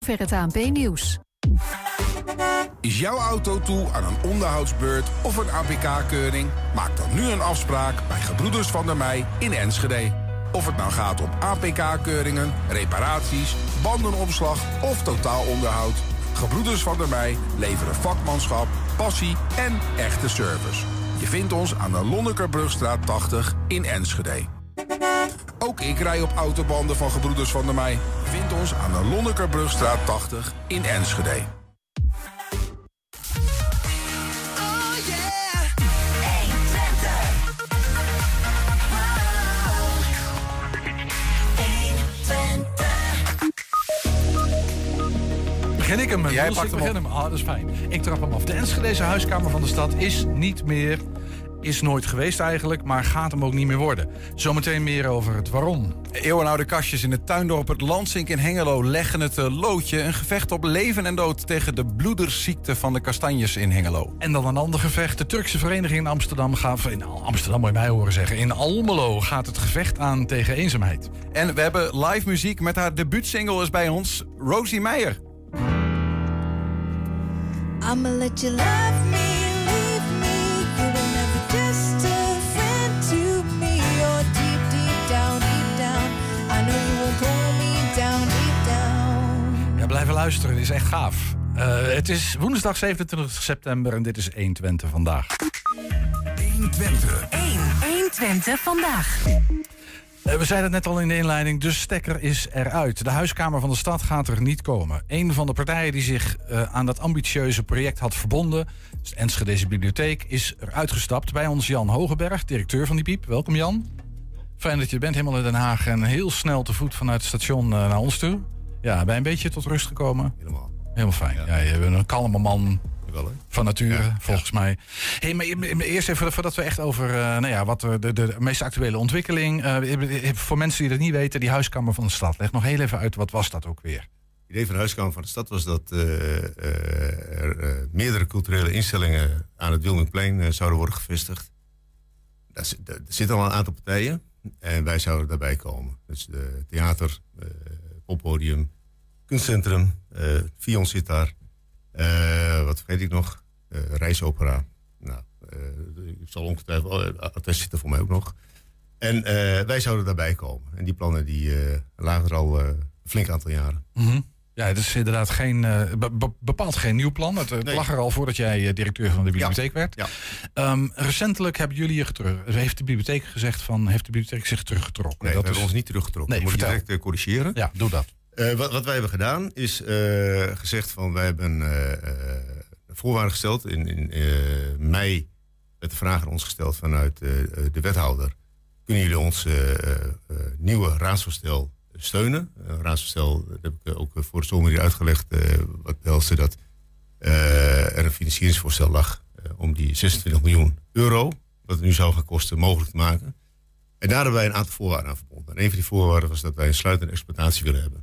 zover het ANP-nieuws. Is jouw auto toe aan een onderhoudsbeurt of een APK-keuring? Maak dan nu een afspraak bij Gebroeders Van der Meij in Enschede. Of het nou gaat om APK-keuringen, reparaties, bandenopslag of totaalonderhoud. Gebroeders Van der Meij leveren vakmanschap, passie en echte service. Je vindt ons aan de Lonnekerbrugstraat 80 in Enschede. Ook ik rij op autobanden van Gebroeders Van der Meij. Vind ons aan de Lonnekerbrugstraat 80 in Enschede. Begin ik hem? Jij pakt hem op. Dat is fijn. Ik trap hem af. De Enschedese huiskamer van de stad is niet meer... is nooit geweest eigenlijk, maar gaat hem ook niet meer worden. Zometeen meer over het waarom. Eeuwenoude kastjes in het tuindorp het Lansink in Hengelo leggen het loodje. Een gevecht op leven en dood tegen de bloedersziekte van de kastanjes in Hengelo. En dan een ander gevecht. De Turkse vereniging in Amsterdam gaat... In Amsterdam moet je mij horen zeggen. In Almelo gaat het gevecht aan tegen eenzaamheid. En we hebben live muziek met haar debuutsingle is bij ons. Rosie Meijer. I'ma let you love me, leave me. You were never just a friend to me. You're deep, deep down, I know you won't pull me down, deep down. Ja, blijven luisteren, het is echt gaaf. Het is woensdag 27 september en dit is 120 vandaag. 120. 120 vandaag. We zeiden het net al in de inleiding, de stekker is eruit. De huiskamer van de stad gaat er niet komen. Een van de partijen die zich aan dat ambitieuze project had verbonden... dus de Enschedese Bibliotheek, is eruit gestapt. Bij ons Jan Hogeberg, directeur van die Piep. Welkom Jan. Fijn dat je bent, helemaal in Den Haag... en heel snel te voet vanuit het station naar ons toe. Ja, ben je een beetje tot rust gekomen? Helemaal fijn. Ja, je bent een kalme man... van nature, volgens mij. Hey, maar eerst even voordat we echt over wat de meest actuele ontwikkeling... voor mensen die dat niet weten, die huiskamer van de stad. Leg nog heel even uit, wat was dat ook weer? Het idee van de huiskamer van de stad was dat er meerdere culturele instellingen... aan het Wilmingplein zouden worden gevestigd. Er zitten al een aantal partijen en wij zouden daarbij komen. Dus de theater, poppodium, kunstcentrum, Vion zit daar... wat vergeet ik nog? Reisopera. Nou, ik zal ongetwijfeld... attest zit er voor mij ook nog. En wij zouden daarbij komen. En die plannen die lagen er al een flink aantal jaren. Mm-hmm. Ja, het is inderdaad bepaald geen nieuw plan. Het lag er al voordat jij directeur van de bibliotheek werd. Ja. Recentelijk hebben jullie heeft de bibliotheek gezegd heeft de bibliotheek zich teruggetrokken? Nee, we hebben ons niet teruggetrokken. Nee, moet je direct corrigeren. Ja, doe dat. Wat wij hebben gedaan is gezegd van wij hebben voorwaarden gesteld. In mei werd de vraag aan ons gesteld vanuit de wethouder. Kunnen jullie ons nieuwe raadsvoorstel steunen? Raadsvoorstel, dat heb ik ook voor de zomer hier uitgelegd. Wat behelste dat er een financieringsvoorstel lag om die 26 miljoen euro, wat het nu zou gaan kosten, mogelijk te maken. En daar hebben wij een aantal voorwaarden aan verbonden. En een van die voorwaarden was dat wij een sluitende exploitatie willen hebben.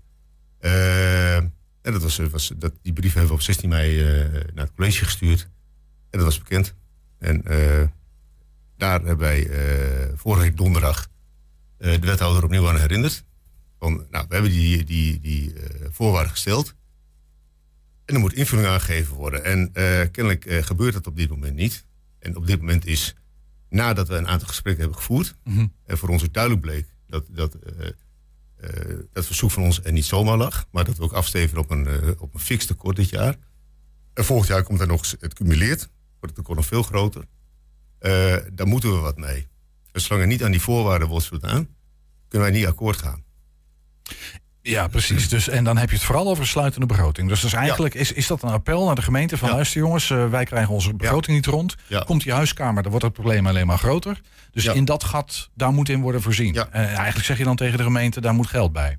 En die brief hebben we op 16 mei naar het college gestuurd. En dat was bekend. En daar hebben wij vorige week donderdag de wethouder opnieuw aan herinnerd. We hebben die voorwaarden gesteld. En er moet invulling aangegeven worden. En kennelijk gebeurt dat op dit moment niet. En op dit moment is, nadat we een aantal gesprekken hebben gevoerd... Mm-hmm. en voor ons ook duidelijk bleek dat verzoek van ons er niet zomaar lag... maar dat we ook afsteven op een fix tekort dit jaar. En volgend jaar komt er nog het cumuleert. Wordt het tekort nog veel groter. Daar moeten we wat mee. En zolang er niet aan die voorwaarden wordt voldaan... kunnen wij niet akkoord gaan. Ja, precies. Dus, en dan heb je het vooral over sluitende begroting. Dus eigenlijk is dat een appel naar de gemeente van... luister jongens, wij krijgen onze begroting niet rond. Ja. Komt die huiskamer, dan wordt het probleem alleen maar groter. Dus in dat gat, daar moet in worden voorzien. Ja. Eigenlijk zeg je dan tegen de gemeente, daar moet geld bij.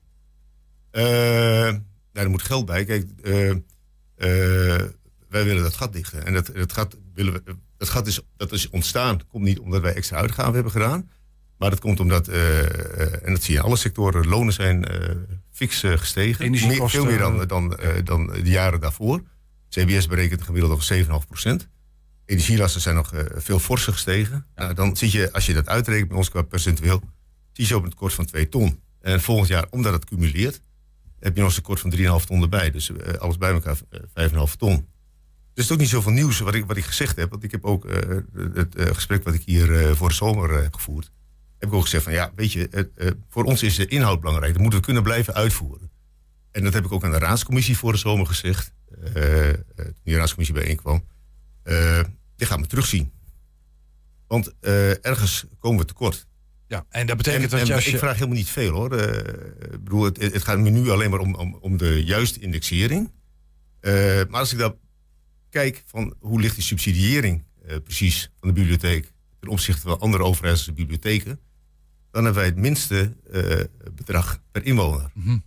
Er moet geld bij. Kijk, wij willen dat gat dichten. En dat gat is ontstaan. Komt niet omdat wij extra uitgaven hebben gedaan... Maar dat komt omdat, en dat zie je in alle sectoren, lonen zijn fix gestegen. Veel meer dan de jaren daarvoor. CBS berekent gemiddeld over 7,5%. Energielasten zijn nog veel forser gestegen. Nou, dan zit je, als je dat uitrekent bij ons qua percentueel, zie je op een tekort van 2 ton. En volgend jaar, omdat het cumuleert, heb je nog eens een tekort van 3,5 ton erbij. Dus alles bij elkaar 5,5 ton. Dus het is ook niet zoveel nieuws wat ik gezegd heb. Want ik heb ook het gesprek wat ik hier voor de zomer heb gevoerd. Heb ik ook gezegd van ja, weet je, voor ons is de inhoud belangrijk. Dat moeten we kunnen blijven uitvoeren. En dat heb ik ook aan de raadscommissie voor de zomer gezegd. Toen die raadscommissie bijeenkwam. Dit gaan we terugzien. Want ergens komen we tekort. Ja, en dat betekent dat je als je... Ik vraag helemaal niet veel hoor. Ik bedoel, het gaat me nu alleen maar om de juiste indexering. Maar als ik dan kijk van hoe ligt die subsidiëring precies van de bibliotheek ten opzichte van andere overheidsbibliotheken, dan hebben wij het minste bedrag per inwoner. Mm-hmm.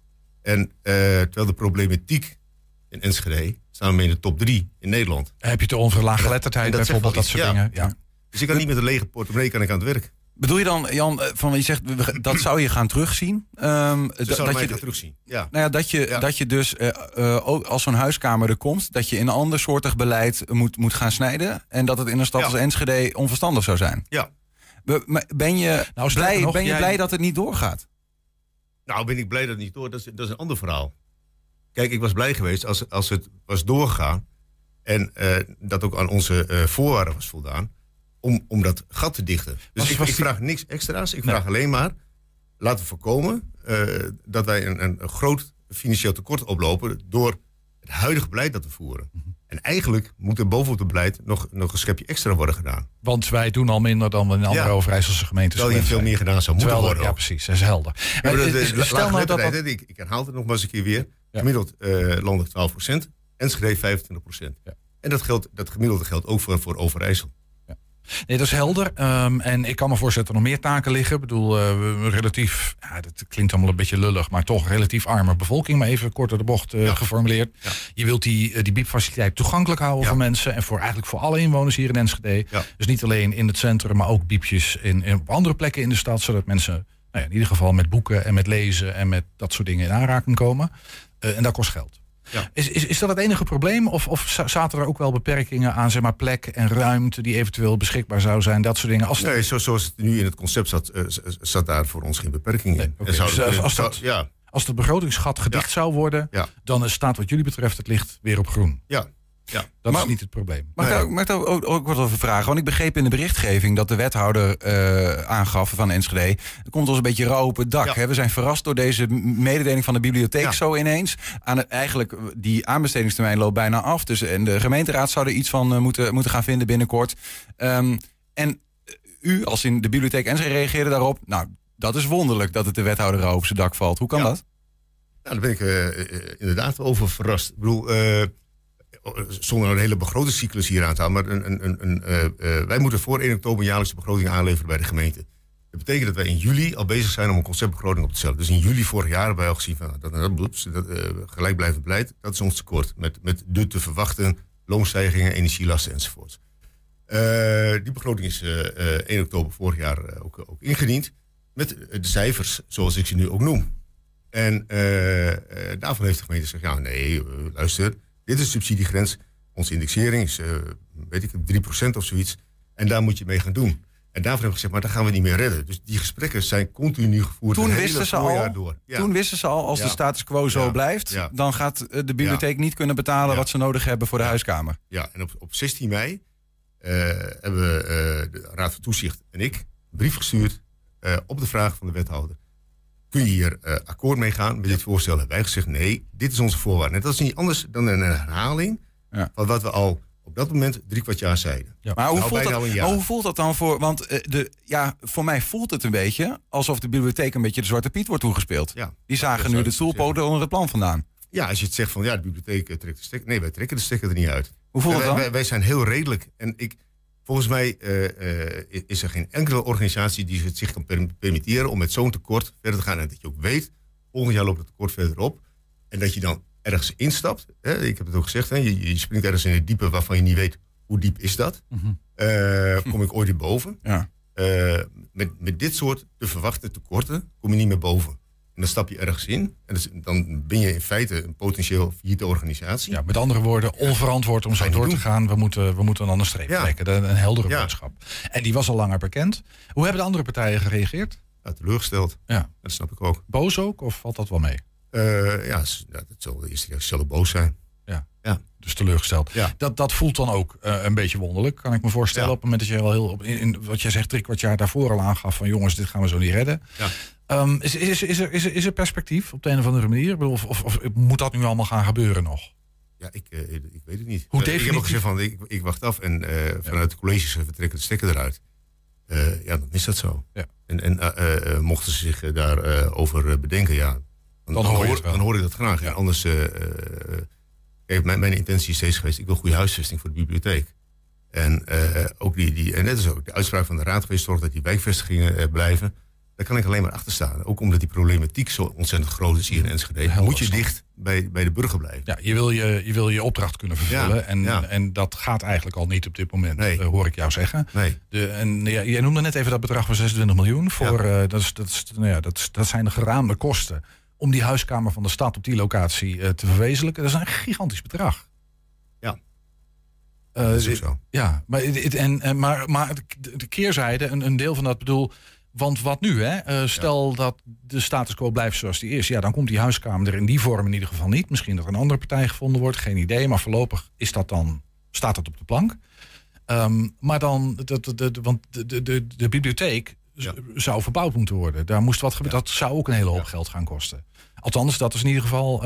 En terwijl de problematiek in Enschede staan we in de top 3 in Nederland. Heb je de onverlaaggeletterdheid bijvoorbeeld, dat soort dingen? Ja. Dus ik kan niet met een lege portemonnee aan het werk. Bedoel je dan, Jan, van wat je zegt, dat zou je gaan terugzien? Dat je gaan terugzien, ja. Nou ja, dat je dus ook als zo'n huiskamer er komt, dat je in een andersoortig beleid moet gaan snijden. En dat het in een stad als Enschede onverstandig zou zijn. Ja. Ben je blij dat het niet doorgaat? Nou, ben ik blij dat het niet door. Dat is een ander verhaal. Kijk, ik was blij geweest als het was doorgegaan en dat ook aan onze voorwaarden was voldaan. Om dat gat te dichten. Dus ik vraag niks extra's. Ik vraag alleen maar, laten we voorkomen dat wij een groot financieel tekort oplopen door het huidige beleid dat we voeren. Mm-hmm. En eigenlijk moet er bovenop het beleid nog een schepje extra worden gedaan. Want wij doen al minder dan we in andere Overijsselse gemeentes. Terwijl je veel meer gedaan zou moeten worden. Ja, precies. Dat is helder. Stel nou dat ik herhaal het nog maar eens een keer weer. Ja. Gemiddeld landelijk 12%. Enschede 25%. Ja. En dat gemiddelde geldt ook voor Overijssel. Nee, dat is helder. En ik kan me voorstellen dat er nog meer taken liggen. Ik bedoel, relatief, dat klinkt allemaal een beetje lullig, maar toch relatief arme bevolking, maar even kort door de bocht geformuleerd. Ja. Je wilt die biepfaciliteit toegankelijk houden voor mensen en eigenlijk voor alle inwoners hier in Enschede. Ja. Dus niet alleen in het centrum, maar ook biepjes op andere plekken in de stad, zodat mensen in ieder geval met boeken en met lezen en met dat soort dingen in aanraking komen. En dat kost geld. Ja. Is dat het enige probleem? Of zaten er ook wel beperkingen aan, zeg maar, plek en ruimte die eventueel beschikbaar zou zijn? Dat soort dingen. Nee, zoals het nu in het concept zat daar voor ons geen beperking in. Okay. Dus als het begrotingsgat gedicht zou worden, dan staat wat jullie betreft het licht weer op groen. Ja. Ja, dat is niet het probleem. Mag ik ook wat over vragen? Want ik begreep in de berichtgeving dat de wethouder aangaf van Enschede, er komt ons een beetje rauw op het dak. Ja. We zijn verrast door deze mededeling van de bibliotheek zo ineens. Eigenlijk, die aanbestedingstermijn loopt bijna af. Dus, en de gemeenteraad zou er iets van moeten gaan vinden binnenkort. En u, als in de bibliotheek Enschede, reageerde daarop. Nou, dat is wonderlijk dat het de wethouder rauw op zijn dak valt. Hoe kan dat? Nou, daar ben ik inderdaad over verrast. Ik bedoel, zonder een hele begrotingscyclus hier aan te halen. Maar wij moeten voor 1 oktober jaarlijks de begroting aanleveren bij de gemeente. Dat betekent dat wij in juli al bezig zijn om een conceptbegroting op te stellen. Dus in juli vorig jaar hebben wij al gezien van dat gelijkblijvend beleid, dat is ons tekort. Met de te verwachten loonstijgingen, energielasten enzovoort. Die begroting is 1 oktober vorig jaar ook ingediend. Met de cijfers zoals ik ze nu ook noem. En daarvan heeft de gemeente gezegd, luister, dit is de subsidiegrens. Onze indexering is, 3% of zoiets. En daar moet je mee gaan doen. En daarvan hebben we gezegd, maar dat gaan we niet meer redden. Dus die gesprekken zijn continu gevoerd. Toen wisten ze al, als de status quo zo blijft, dan gaat de bibliotheek niet kunnen betalen wat ze nodig hebben voor de huiskamer. Ja, en op 16 mei hebben we de Raad van Toezicht en ik een brief gestuurd op de vraag van de wethouder. Kun je hier akkoord mee gaan met dit voorstel? Hebben wij gezegd, nee, dit is onze voorwaarde. En dat is niet anders dan een herhaling van wat we al op dat moment 3/4 jaar zeiden. Ja. Maar hoe voelt dat dan voor... Want voor mij voelt het een beetje alsof de bibliotheek een beetje de Zwarte Piet wordt toegespeeld. Ja, die zagen nu de stoelpoten onder het plan vandaan. Ja, als je het zegt van de bibliotheek trekt de stekker. Nee, wij trekken de stekker er niet uit. Hoe voelt dat dan? Wij zijn heel redelijk. En volgens mij is er geen enkele organisatie die het zich kan permitteren om met zo'n tekort verder te gaan. En dat je ook weet, volgend jaar loopt het tekort verder op. En dat je dan ergens instapt. Ik heb het ook gezegd, je springt ergens in het diepe waarvan je niet weet hoe diep is dat. Mm-hmm. Kom ik ooit weer boven. Ja. Met dit soort te verwachten tekorten kom je niet meer boven. En dan stap je ergens in. En dan ben je in feite een potentieel failliete organisatie. Ja, met andere woorden, onverantwoord om zo door te gaan. We moeten een andere streep trekken. Een heldere boodschap. En die was al langer bekend. Hoe hebben de andere partijen gereageerd? Ja, teleurgesteld. Ja. Dat snap ik ook. Boos ook? Of valt dat wel mee? Dat zal de eerste reactie zullen boos zijn. Dus teleurgesteld. Ja. Dat voelt dan ook een beetje wonderlijk, kan ik me voorstellen. Ja. Op het moment dat je al heel in wat jij zegt 3/4 jaar daarvoor al aangaf van jongens, dit gaan we zo niet redden. Ja. Is er perspectief op de een of andere manier? Ik bedoel, of moet dat nu allemaal gaan gebeuren nog? Ja, ik weet het niet. Hoe Ik heb definitief? ook gezegd van, ik wacht af en vanuit de colleges vertrekken de stekker eruit. Dan is dat zo. Ja. En mochten ze zich daarover bedenken, Dan hoor je het wel. Dan hoor ik dat graag. Ja. En anders, kijk, mijn intentie is steeds geweest, ik wil goede huisvesting voor de bibliotheek. En ook en net is ook de uitspraak van de raad geweest, zorg dat die wijkvestigingen blijven. Daar kan ik alleen maar achter staan. Ook omdat die problematiek zo ontzettend groot is hier in Enschede. Heel Moet je lastig. dicht bij de burger blijven. Ja, je wil je opdracht kunnen vervullen. Ja. En dat gaat eigenlijk al niet op dit moment, Nee. hoor ik jou zeggen. Nee. Jij noemde net even dat bedrag van 26 miljoen. Dat zijn de geraamde kosten om die huiskamer van de stad op die locatie te verwezenlijken. Dat is een gigantisch bedrag. Ja. Dat is ook zo. Ja, maar de keerzijde, een deel van dat bedoel. Want wat nu, hè? Stel dat de status quo blijft zoals die is. Ja, dan komt die huiskamer er in die vorm in ieder geval niet. Misschien dat er een andere partij gevonden wordt, geen idee. Maar voorlopig staat dat op de plank. Maar dan, want de bibliotheek zou verbouwd moeten worden. Daar moest wat gebeuren. Dat zou ook een hele hoop geld gaan kosten. Althans, dat is in ieder geval.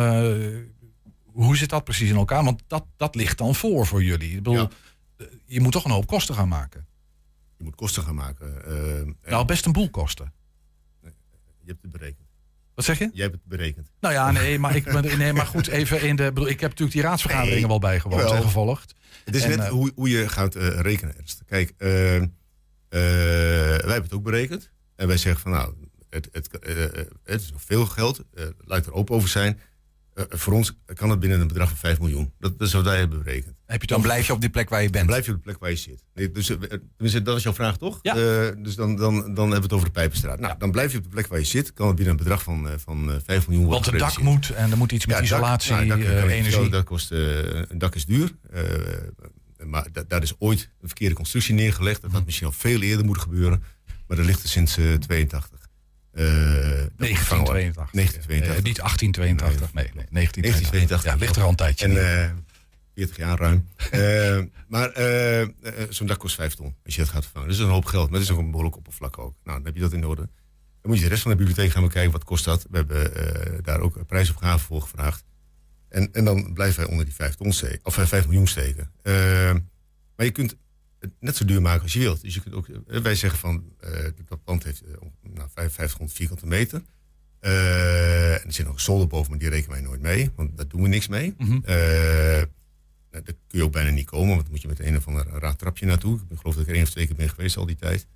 Hoe zit dat precies in elkaar? Want dat ligt dan voor jullie. Ik bedoel, je moet toch een hoop kosten gaan maken. Je moet kosten gaan maken. Nou, best een boel kosten. Je hebt het berekend. Wat zeg je? Jij hebt het berekend. Nou ja, maar goed, even ik heb natuurlijk die raadsvergaderingen wel bijgewoond en gevolgd. Het is net hoe je gaat rekenen, Ernst. Kijk, wij hebben het ook berekend. En wij zeggen van nou, het is nog veel geld. Laat er open over zijn. Voor ons kan het binnen een bedrag van 5 miljoen. Dat is wat wij hebben berekend. Dan blijf je op die plek waar je bent. Dan blijf je op de plek waar je zit. Nee, dus dat is jouw vraag, toch? Ja. Dus dan hebben we het over de Pijpenstraat. Nou, dan blijf je op de plek waar je zit. Kan het binnen een bedrag van 5 miljoen worden. Want een dak moet en er moet iets met isolatie, energie. Dat kost, een dak is duur. Maar daar is ooit een verkeerde constructie neergelegd. Dat had misschien al veel eerder moeten gebeuren. Maar dat ligt er sinds 82. 1982. 1982. Niet 1882. Nee, 1982. 1982. Ja, ligt er al een tijdje. En 40 jaar ruim. Maar zo'n dak kost 5 ton als je dat gaat vervangen. Dat is een hoop geld, maar dat is ook een behoorlijk oppervlak ook. Nou, dan heb je dat in orde. Dan moet je de rest van de bibliotheek gaan bekijken. Wat kost dat? We hebben daar ook prijsopgave voor gevraagd. En dan blijven wij onder die 5 ton steken, of 5 miljoen steken. Maar je kunt het net zo duur maken als je wilt. Dus je kunt ook, wij zeggen van, dat pand heeft 5500 vierkante meter. En er zit nog een zolder boven, maar die rekenen wij nooit mee. Want daar doen we niks mee. Daar kun je ook bijna niet komen, want dan moet je met een of ander raar trapje naartoe. Ik geloof dat ik er 1 of 2 keer ben geweest al die tijd.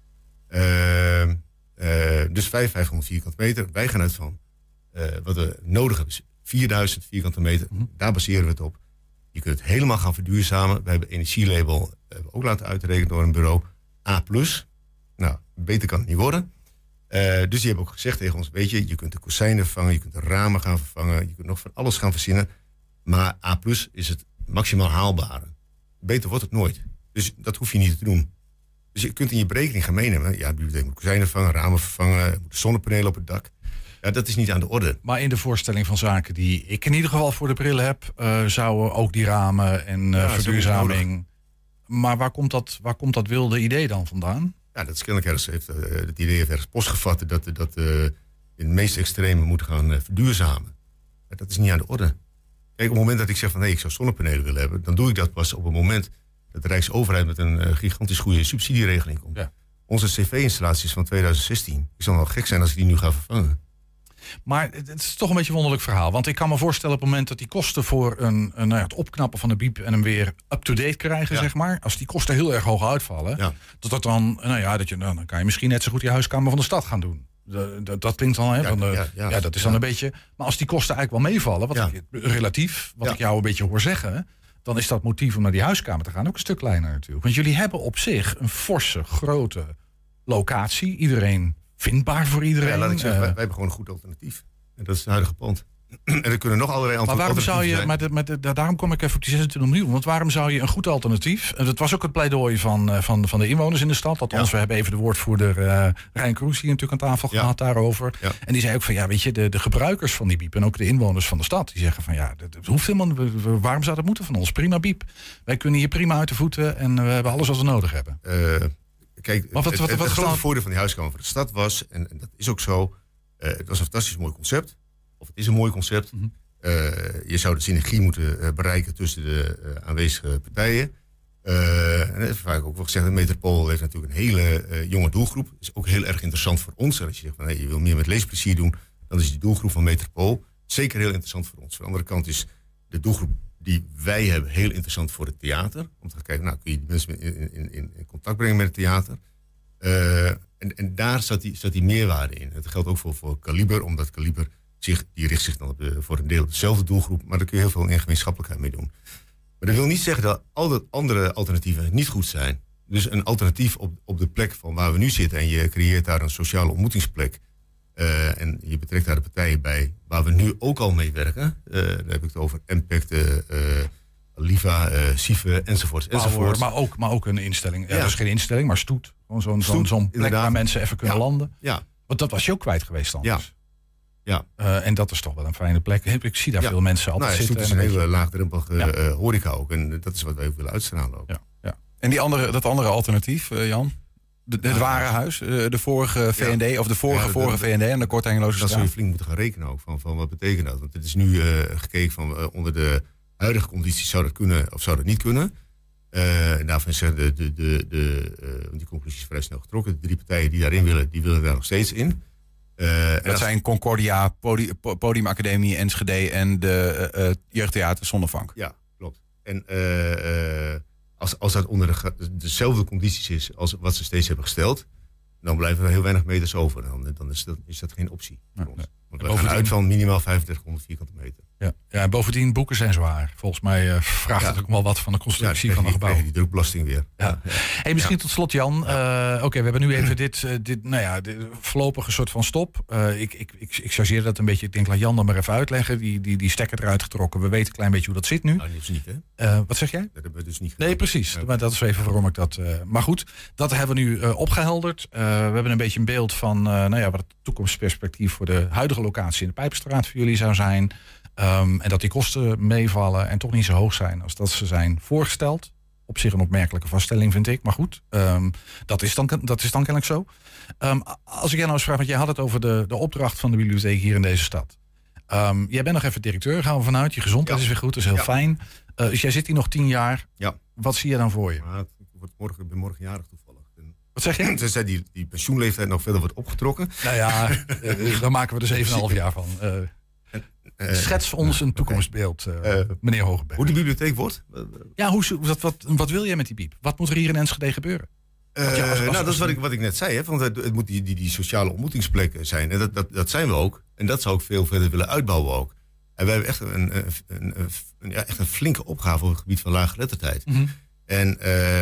Dus 5500 vierkante meter. Wij gaan uit van, wat we nodig hebben is 4000 vierkante meter. Daar baseren we het op. Je kunt het helemaal gaan verduurzamen. We hebben energielabel ook laten uitrekenen door een bureau. A+. Nou, beter kan het niet worden. Dus die hebben ook gezegd tegen ons, weet je kunt de kozijnen vervangen, je kunt de ramen gaan vervangen, je kunt nog van alles gaan verzinnen. Maar A+ is het maximaal haalbare. Beter wordt het nooit. Dus dat hoef je niet te doen. Dus je kunt in je berekening gaan meenemen. Ja, de bibliotheek moet kozijnen vervangen, ramen vervangen, moet zonnepanelen op het dak. Ja, dat is niet aan de orde. Maar in de voorstelling van zaken die ik in ieder geval voor de bril heb, zouden ook die ramen en verduurzaming. Maar waar komt dat wilde idee dan vandaan? Ja, dat is kennelijk ergens het idee heeft ergens postgevat dat in het meest extreme moeten gaan verduurzamen. Maar dat is niet aan de orde. Kijk, op het moment dat ik zeg van ik zou zonnepanelen willen hebben, dan doe ik dat pas op het moment dat de Rijksoverheid met een gigantisch goede subsidieregeling komt. Ja. Onze cv-installaties van 2016, ik zal wel gek zijn als ik die nu ga vervangen. Maar het is toch een beetje een wonderlijk verhaal. Want ik kan me voorstellen op het moment dat die kosten voor het opknappen van de biep en hem weer up-to-date krijgen, zeg maar. Als die kosten heel erg hoog uitvallen, dat dan kan je misschien net zo goed die huiskamer van de stad gaan doen. Dat klinkt dan, dat is dan een beetje. Maar als die kosten eigenlijk wel meevallen, relatief, wat ik jou een beetje hoor zeggen, dan is dat motief om naar die huiskamer te gaan ook een stuk kleiner natuurlijk. Want jullie hebben op zich een forse, grote locatie. Iedereen vindbaar voor iedereen. Ja, laat ik zeggen, wij hebben gewoon een goed alternatief. En dat is het huidige pand. En er kunnen nog allerlei Maar waarom zou je, zijn. daarom kom ik even op die 26 miljoen. Want waarom zou je een goed alternatief... En dat was ook het pleidooi van de inwoners in de stad. Althans, we hebben even de woordvoerder Rijn Kroes hier natuurlijk aan tafel gehad daarover. Ja. En die zei ook van, weet je, de gebruikers van die biep... en ook de inwoners van de stad, die zeggen van... dat hoeft helemaal, waarom zou dat moeten van ons? Prima biep. Wij kunnen hier prima uit de voeten en we hebben alles wat we nodig hebben. Kijk, het grote voordeel van die huiskamer voor de stad was... en dat is ook zo, het was een fantastisch mooi concept... Of het is een mooi concept. Mm-hmm. Je zou de synergie moeten bereiken tussen de aanwezige partijen. En dat heeft vaak ook wel gezegd, de Metropool heeft natuurlijk een hele jonge doelgroep. Is ook heel erg interessant voor ons. En als je zegt, van, je wil meer met leesplezier doen, dan is die doelgroep van Metropool zeker heel interessant voor ons. Van de andere kant is de doelgroep die wij hebben heel interessant voor het theater. Om te gaan kijken, kun je die mensen in contact brengen met het theater. En daar zat die meerwaarde in. Het geldt ook voor Kaliber, omdat Kaliber... Die richt zich dan voor een deel op dezelfde doelgroep, maar daar kun je heel veel in gemeenschappelijkheid mee doen. Maar dat wil niet zeggen dat al de andere alternatieven niet goed zijn. Dus een alternatief op de plek van waar we nu zitten en je creëert daar een sociale ontmoetingsplek en je betrekt daar de partijen bij waar we nu ook al mee werken. Daar heb ik het over Impact, Liva, Sieve, enzovoort. Maar ook een instelling. Ja, dus geen instelling, maar stoet. Gewoon zo'n plek waar mensen even kunnen landen. Ja. Want dat was je ook kwijt geweest anders. Ja. Ja. En dat is toch wel een fijne plek. Ik zie daar veel mensen altijd zitten. Het is een hele laagdrempelige horeca ook. En dat is wat wij ook willen uitstralen ook. Ja. En dat andere alternatief, Jan? Het Warenhuis, de vorige VND, of de vorige VND aan de Kortengeloze Dat zou je flink moeten gaan rekenen ook. Van wat betekent dat? Want het is nu gekeken van onder de huidige condities zou dat kunnen of zou dat niet kunnen. En daarvan zeggen die conclusie is vrij snel getrokken. De 3 partijen die daarin willen, die willen daar nog steeds in. Dat zijn Concordia, Podiumacademie, Enschede en de Jeugdtheater Zonnevank. Ja, klopt. En als dat onder dezelfde condities is als wat ze steeds hebben gesteld... dan blijven er heel weinig meters over. Dan is dat geen optie voor ons. Want we gaan uit van minimaal 3500 vierkante meter. Ja, en bovendien boeken zijn zwaar. Volgens mij vraagt het ook wel wat van de constructie van een gebouw. Die drukbelasting weer. Ja. Hey, misschien tot slot, Jan. Oké, we hebben nu even dit voorlopige soort van stop. Ik chargeer dat een beetje. Ik denk, laat Jan dan maar even uitleggen. Die stekker eruit getrokken. We weten een klein beetje hoe dat zit nu. Nou, dat is niet, hè? Wat zeg jij? Dat hebben we dus niet gedaan. Nee, precies. Maar dat is even waarom ik dat... maar goed, dat hebben we nu opgehelderd. We hebben een beetje een beeld van wat het toekomstperspectief voor de huidige locatie in de Pijpenstraat voor jullie zou zijn. En dat die kosten meevallen en toch niet zo hoog zijn als dat ze zijn voorgesteld. Op zich een opmerkelijke vaststelling, vind ik. Maar goed, dat is dan kennelijk zo. Als ik jij nou eens vraag, want jij had het over de opdracht van de bibliotheek hier in deze stad. Jij bent nog even directeur, gaan we vanuit. Je gezondheid is weer goed, dat is heel fijn. Dus jij zit hier nog 10 jaar. Ja. Wat zie je dan voor je? Ik ben morgen jarig toevallig. Wat zeg je? Tenzij die pensioenleeftijd nog verder wordt opgetrokken. Nou ja, daar maken we er 7,5 jaar van. Schets ons een toekomstbeeld, meneer Hogeberg. Hoe de bibliotheek wordt? Ja, wat wil jij met die biep? Wat moet er hier in Enschede gebeuren? Dat is wat ik net zei. Hè, want het moet die sociale ontmoetingsplekken zijn. En dat zijn we ook. En dat zou ik veel verder willen uitbouwen ook. En we hebben echt een flinke opgave op het gebied van laaggeletterdheid. Mm-hmm. En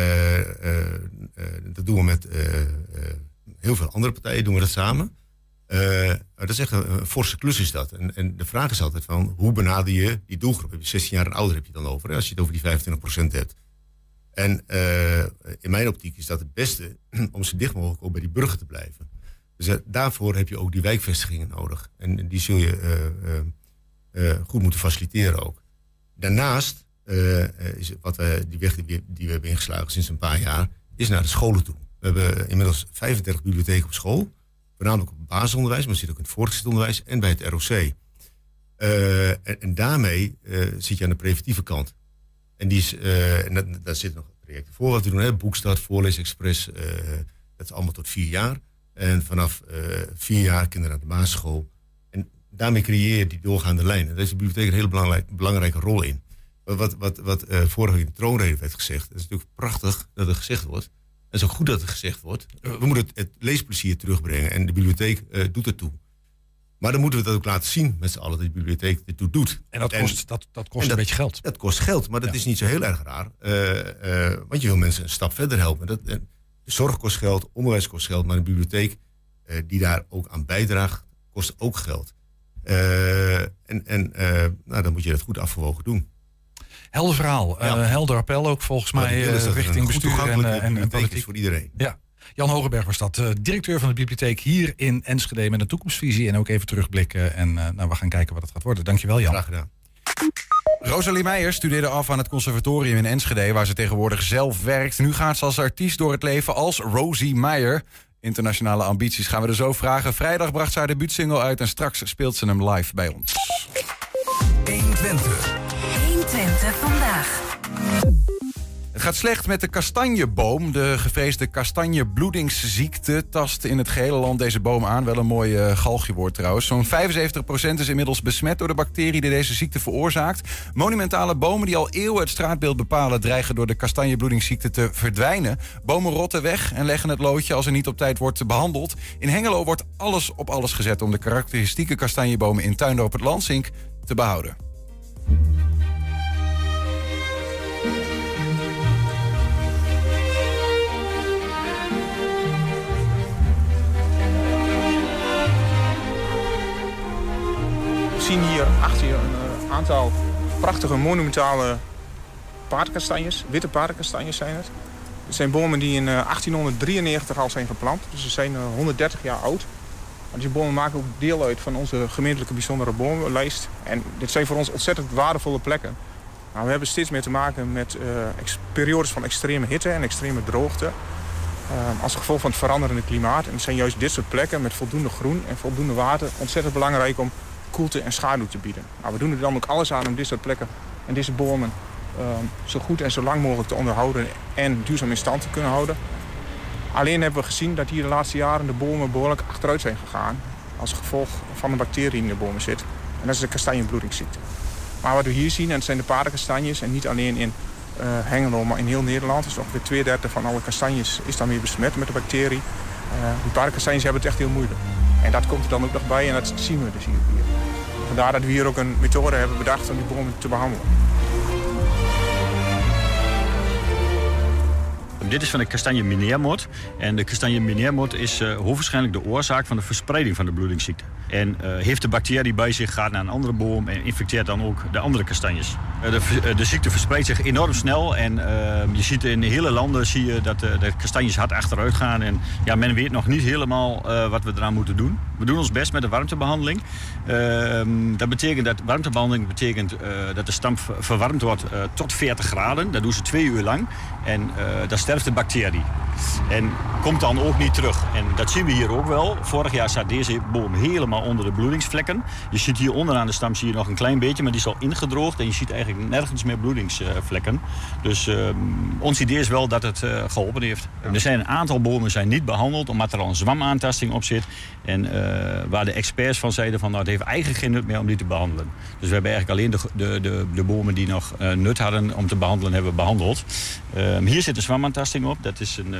dat doen we met heel veel andere partijen doen we dat samen. Dat is echt een forse klus is dat. En de vraag is altijd van, hoe benader je die doelgroep? Heb je 16 jaar en ouder heb je dan over, hè, als je het over die 25% hebt. En in mijn optiek is dat het beste om zo dicht mogelijk ook bij die burger te blijven. Dus daarvoor heb je ook die wijkvestigingen nodig. En die zul je goed moeten faciliteren ook. Daarnaast is die weg die we hebben ingeslagen sinds een paar jaar, is naar de scholen toe. We hebben inmiddels 35 bibliotheken op school. Voornamelijk op het basisonderwijs, maar zit ook in het voortgezet onderwijs en bij het ROC. En daarmee zit je aan de preventieve kant. En daar zitten nog projecten voor wat we doen. Hè? Boekstart, Voorleesexpress, dat is allemaal tot 4 jaar. En vanaf 4 jaar kinderen aan de basisschool. En daarmee creëer je die doorgaande lijn. En daar heeft de bibliotheek een hele belangrijke rol in. Wat vorige in de troonrede werd gezegd. Het is natuurlijk prachtig dat het gezegd wordt. Het is ook goed dat het gezegd wordt. We moeten het leesplezier terugbrengen. En de bibliotheek doet het toe. Maar dan moeten we dat ook laten zien met z'n allen. Dat de bibliotheek dit toe doet. En dat kost een beetje geld. Dat kost geld, maar dat is niet zo heel erg raar. Want je wil mensen een stap verder helpen. De zorg kost geld, onderwijs kost geld. Maar een bibliotheek die daar ook aan bijdraagt, kost ook geld. Dan moet je dat goed afgewogen doen. Helder verhaal. Helder appel ook volgens mij richting bestuur en politiek. Voor iedereen. Ja. Jan Hogeberg was dat, directeur van de bibliotheek hier in Enschede met een toekomstvisie en ook even terugblikken. En we gaan kijken wat het gaat worden. Dankjewel, Jan. Graag gedaan. Rosalie Meijer studeerde af aan het conservatorium in Enschede, waar ze tegenwoordig zelf werkt. Nu gaat ze als artiest door het leven als Rosie Meijer. Internationale ambities gaan we er zo vragen. Vrijdag bracht ze haar debuutsingle uit en straks speelt ze hem live bij ons. 120. 120 vandaag. Het gaat slecht met de kastanjeboom. De gevreesde kastanjebloedingsziekte tast in het gehele land deze boom aan. Wel een mooi galgjewoord trouwens. Zo'n 75% is inmiddels besmet door de bacterie die deze ziekte veroorzaakt. Monumentale bomen die al eeuwen het straatbeeld bepalen dreigen door de kastanjebloedingsziekte te verdwijnen. Bomen rotten weg en leggen het loodje als er niet op tijd wordt behandeld. In Hengelo wordt alles op alles gezet om de karakteristieke kastanjebomen in Tuindorp het Lansink te behouden. We zien hier achter je een aantal prachtige monumentale paardenkastanjes. Witte paardenkastanjes zijn het. Het zijn bomen die in 1893 al zijn geplant. Dus ze zijn 130 jaar oud. En deze bomen maken ook deel uit van onze gemeentelijke bijzondere bomenlijst. En dit zijn voor ons ontzettend waardevolle plekken. Nou, we hebben steeds meer te maken met periodes van extreme hitte en extreme droogte. Als gevolg van het veranderende klimaat. En het zijn juist dit soort plekken met voldoende groen en voldoende water ontzettend belangrijk om koelte en schaduw te bieden. Nou, we doen er dan ook alles aan om dit soort plekken en deze bomen zo goed en zo lang mogelijk te onderhouden en duurzaam in stand te kunnen houden. Alleen hebben we gezien dat hier de laatste jaren de bomen behoorlijk achteruit zijn gegaan als gevolg van de bacterie die in de bomen zit. En dat is de kastanjebloedingsziekte. Maar wat we hier zien, en het zijn de paardenkastanjes en niet alleen in Hengelo, maar in heel Nederland. Dus ongeveer 2/3 van alle kastanjes is daarmee besmet met de bacterie. Die paardenkastanjes hebben het echt heel moeilijk. En dat komt er dan ook nog bij en dat zien we dus hier. Vandaar dat we hier ook een methode hebben bedacht om die bomen te behandelen. Dit is van de kastanje-meneermot. En de kastanje-meneermot is hoogwaarschijnlijk de oorzaak van de verspreiding van de bloedingsziekte. En heeft de bacterie bij zich, gaat naar een andere boom en infecteert dan ook de andere kastanjes. De ziekte verspreidt zich enorm snel en je ziet in hele landen dat de kastanjes hard achteruit gaan. En ja, men weet nog niet helemaal wat we eraan moeten doen. We doen ons best met de warmtebehandeling. Warmtebehandeling betekent dat de stam verwarmd wordt tot 40 graden. Dat doen ze 2 uur lang. En daar sterft de bacterie. En komt dan ook niet terug. En dat zien we hier ook wel. Vorig jaar zat deze boom helemaal onder de bloedingsvlekken. Je ziet hier onderaan de stam zie je nog een klein beetje, maar die is al ingedroogd. En je ziet eigenlijk nergens meer bloedingsvlekken. Dus ons idee is wel dat het geholpen heeft. Ja. Er zijn een aantal bomen zijn niet behandeld, omdat er al een zwamaantasting op zit. En waar de experts van zeiden van, nou, het heeft eigenlijk geen nut meer om die te behandelen. Dus we hebben eigenlijk alleen de bomen die nog nut hadden om te behandelen, hebben we behandeld. Hier zit een zwamaantasting op. Dat is een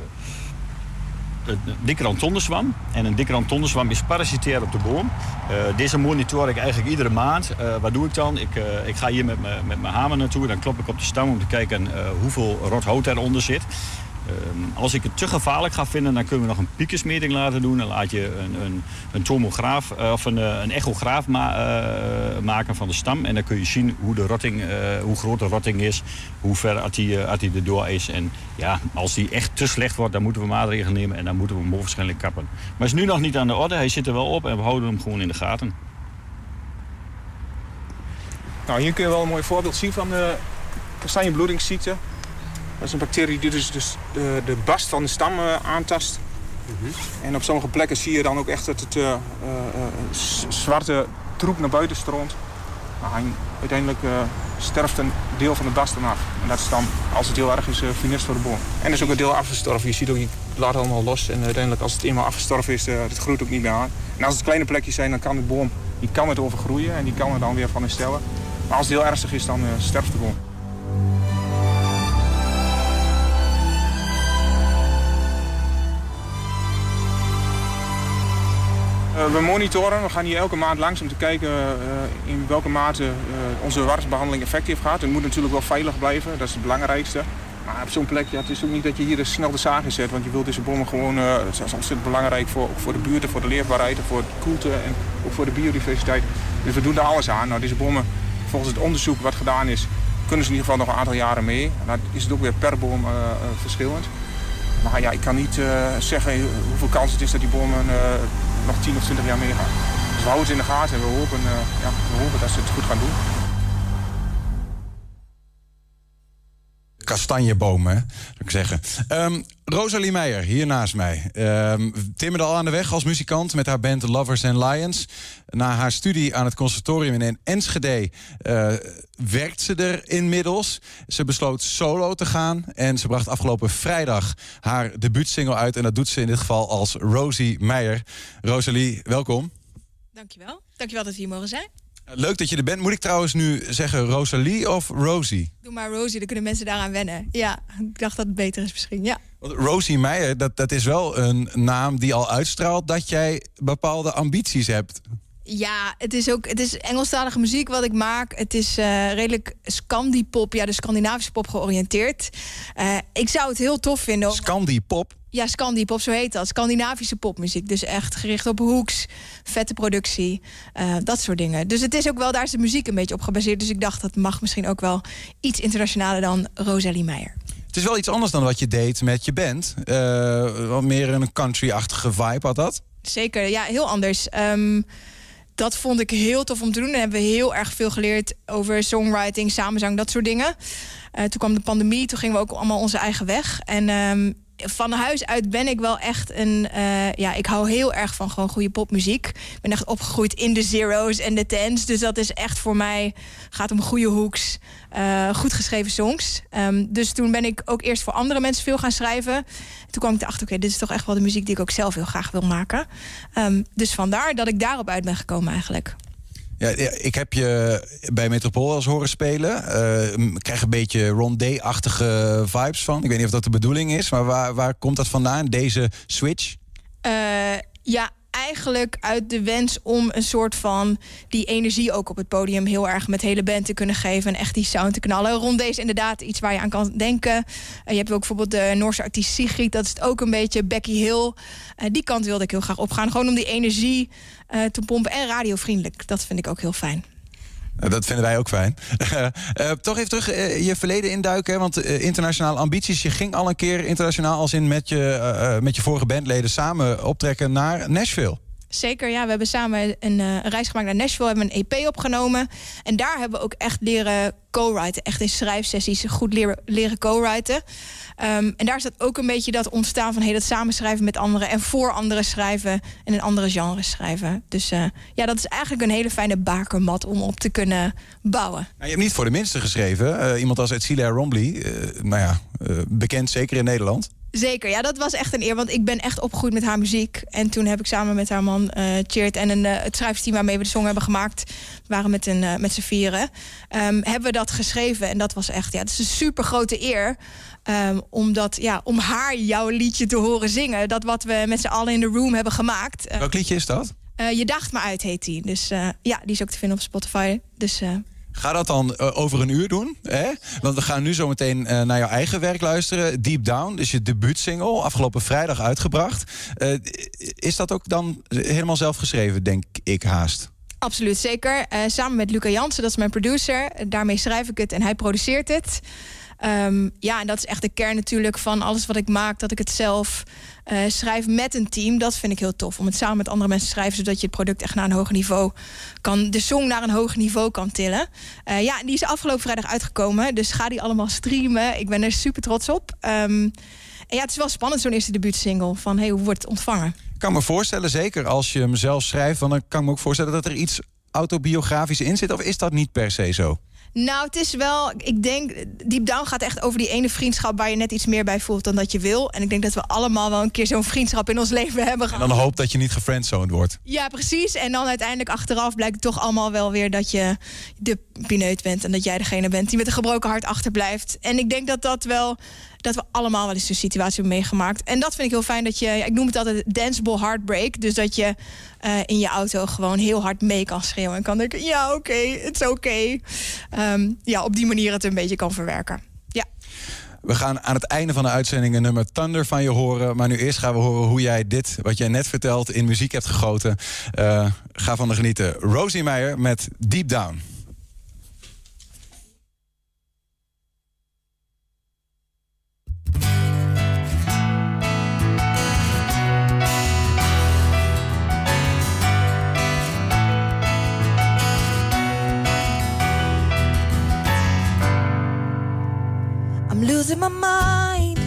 dikkerantondenzwam. En een dikkerantondenzwam is parasitair op de boom. Deze monitor ik eigenlijk iedere maand. Wat doe ik dan? Ik ga hier met mijn hamer naartoe. Dan klop ik op de stam om te kijken hoeveel rot hout eronder zit. Als ik het te gevaarlijk ga vinden, dan kunnen we nog een piekensmeting laten doen. Dan laat je een tomograaf of een echograaf maken van de stam. En dan kun je zien hoe groot de rotting is, hoe ver hij erdoor is. En ja, als die echt te slecht wordt, dan moeten we maatregelen nemen en dan moeten we hem waarschijnlijk kappen. Maar het is nu nog niet aan de orde. Hij zit er wel op en we houden hem gewoon in de gaten. Nou, hier kun je wel een mooi voorbeeld zien van de kastanjebloedingsziekte. Dat is een bacterie die dus de bast van de stam aantast. En op sommige plekken zie je dan ook echt dat het zwarte troep naar buiten stroomt. Nou, uiteindelijk sterft een deel van de bast dan af. En dat is dan, als het heel erg is, funest voor de boom. En er is ook een deel afgestorven. Je ziet ook, je laat het allemaal los. En uiteindelijk, als het eenmaal afgestorven is, het groeit ook niet meer aan. En als het kleine plekjes zijn, dan kan de boom het overgroeien. En die kan er dan weer van herstellen. Maar als het heel ernstig is, dan sterft de boom. We monitoren, we gaan hier elke maand langs om te kijken in welke mate onze warmtebehandeling effect heeft gehad. Het moet natuurlijk wel veilig blijven, dat is het belangrijkste. Maar op zo'n plek, het is ook niet dat je hier snel de zaag in zet. Want je wilt deze bommen gewoon, dat is ontzettend belangrijk voor de buurt, voor de leefbaarheid, voor de koelte en ook voor de biodiversiteit. Dus we doen daar alles aan. Nou, deze bommen, volgens het onderzoek wat gedaan is, kunnen ze in ieder geval nog een aantal jaren mee. Nou is het ook weer per boom verschillend. Maar ja, ik kan niet zeggen hoeveel kans het is dat die bommen nog 10 of 20 jaar meegaan. Dus we houden het in de gaten en we hopen dat ze het goed gaan doen. Kastanjebomen, zou ik zeggen. Rosalie Meijer, hier naast mij. Timmerde al aan de weg als muzikant met haar band Lovers and Lions. Na haar studie aan het conservatorium in Enschede werkt ze er inmiddels. Ze besloot solo te gaan en ze bracht afgelopen vrijdag haar debuutsingle uit. En dat doet ze in dit geval als Rosie Meijer. Rosalie, welkom. Dankjewel. Dankjewel dat we hier mogen zijn. Leuk dat je er bent. Moet ik trouwens nu zeggen Rosalie of Rosie? Doe maar Rosie, dan kunnen mensen daaraan wennen. Ja, ik dacht dat het beter is misschien, ja. Want Rosie Meijer, dat is wel een naam die al uitstraalt dat jij bepaalde ambities hebt. Ja, het is Engelstalige muziek wat ik maak. Het is redelijk Scandipop, de Scandinavische pop georiënteerd. Ik zou het heel tof vinden. Scandipop? Ja, Scandipop, zo heet dat. Scandinavische popmuziek. Dus echt gericht op hooks, vette productie, dat soort dingen. Dus het is ook wel, daar is de muziek een beetje op gebaseerd. Dus ik dacht, dat mag misschien ook wel iets internationaler dan Rosalie Meijer. Het is wel iets anders dan wat je deed met je band. Wat meer een country-achtige vibe had dat? Zeker, ja, heel anders. Dat vond ik heel tof om te doen. En hebben we heel erg veel geleerd over songwriting, samenzang, dat soort dingen. Toen kwam de pandemie, toen gingen we ook allemaal onze eigen weg. En van huis uit ben ik wel echt ik hou heel erg van gewoon goede popmuziek. Ik ben echt opgegroeid in de zeros en de tens. Dus dat is echt voor mij, gaat om goede hooks, goed geschreven songs. Dus toen ben ik ook eerst voor andere mensen veel gaan schrijven. Toen kwam ik erachter, oké, dit is toch echt wel de muziek die ik ook zelf heel graag wil maken. Dus vandaar dat ik daarop uit ben gekomen eigenlijk. Ja, ik heb je bij Metropool eens horen spelen. Ik krijg een beetje Ron Day-achtige vibes van. Ik weet niet of dat de bedoeling is, maar waar komt dat vandaan, deze switch? Ja, eigenlijk uit de wens om een soort van die energie ook op het podium heel erg met hele band te kunnen geven en echt die sound te knallen. Ron Day is inderdaad iets waar je aan kan denken. Je hebt ook bijvoorbeeld de Noorse artiest Sigrid, dat is het ook een beetje. Becky Hill, die kant wilde ik heel graag opgaan. Gewoon om die energie te pompen en radiovriendelijk. Dat vind ik ook heel fijn. Dat vinden wij ook fijn. Toch even terug je verleden induiken. Hè? Want internationale ambities. Je ging al een keer internationaal als in met je vorige bandleden samen optrekken naar Nashville. Zeker, ja. We hebben samen een reis gemaakt naar Nashville. Hebben een EP opgenomen. En daar hebben we ook echt leren co-writen. Echt in schrijfsessies goed leren co-writen. En daar is dat ook een beetje dat ontstaan van dat samenschrijven met anderen en voor anderen schrijven en in andere genres schrijven. Dus dat is eigenlijk een hele fijne bakermat om op te kunnen bouwen. Nou, je hebt niet voor de minste geschreven. Iemand als Edcilia Rombly, bekend zeker in Nederland. Zeker, ja, dat was echt een eer, want ik ben echt opgegroeid met haar muziek. En toen heb ik samen met haar man Tjeerd en het schrijfsteam waarmee we de song hebben gemaakt, we waren met z'n vieren, hebben we dat geschreven. En dat was echt, het is een super grote eer. Om haar jouw liedje te horen zingen. Dat wat we met z'n allen in de room hebben gemaakt. Welk liedje is dat? Je daagt me uit, heet die. Dus die is ook te vinden op Spotify. Dus Ga dat dan over een uur doen. Hè? Want we gaan nu zo meteen naar jouw eigen werk luisteren. Deep Down, dus je debuutsingle. Afgelopen vrijdag uitgebracht. Is dat ook dan helemaal zelf geschreven, denk ik haast? Absoluut, zeker. Samen met Luca Jansen, dat is mijn producer. Daarmee schrijf ik het en hij produceert het. En dat is echt de kern natuurlijk van alles wat ik maak. Dat ik het zelf schrijf met een team. Dat vind ik heel tof. Om het samen met andere mensen te schrijven. Zodat je het product echt naar een hoger niveau kan. De song naar een hoger niveau kan tillen. Die is afgelopen vrijdag uitgekomen. Dus ga die allemaal streamen. Ik ben er super trots op. Het is wel spannend zo'n eerste debuutsingle. Van hoe wordt het ontvangen? Ik kan me voorstellen, zeker als je hem zelf schrijft. Dan kan ik me ook voorstellen dat er iets autobiografisch in zit. Of is dat niet per se zo? Nou, het is wel, ik denk, Deep Down gaat echt over die ene vriendschap waar je net iets meer bij voelt dan dat je wil. En ik denk dat we allemaal wel een keer zo'n vriendschap in ons leven hebben gehad. En dan hoop dat je niet gefriendzoned wordt. Ja, precies. En dan uiteindelijk achteraf blijkt het toch allemaal wel weer dat je de pineut bent. En dat jij degene bent die met een gebroken hart achterblijft. En ik denk dat we allemaal wel eens een situatie hebben meegemaakt. En dat vind ik heel fijn dat je, ik noem het altijd danceable heartbreak. Dus dat je in je auto gewoon heel hard mee kan schreeuwen. En kan denken, ja, oké, it's oké. Op die manier het een beetje kan verwerken. Ja. We gaan aan het einde van de uitzending een nummer Thunder van je horen. Maar nu eerst gaan we horen hoe jij dit, wat jij net vertelt, in muziek hebt gegoten. Ga van de genieten. Rosie Meijer met Deep Down. I'm losing my mind.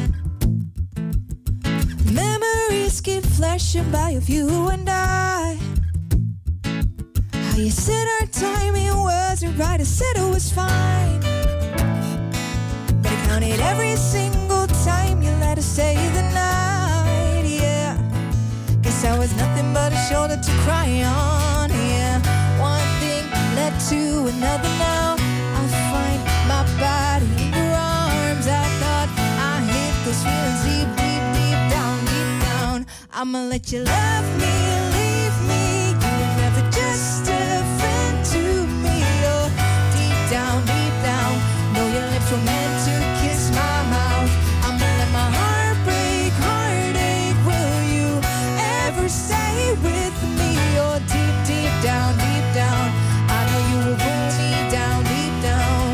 Memories keep flashing by of you and I. How you said our timing wasn't right. I said it was fine, but I counted every single time you let us stay the night. Yeah, guess I was nothing but a shoulder to cry on. Yeah, one thing led to another. Now I find my body in your arms. I thought I hid those feelings deep, deep, deep down, deep down. I'ma let you love me, leave me. You were never just a friend to me. Oh, deep down, know your lips were meant to kiss my mouth. I'ma let my heart break, heartache. Will you ever stay with me? Oh, deep, deep down, I know you will pull me down, deep down.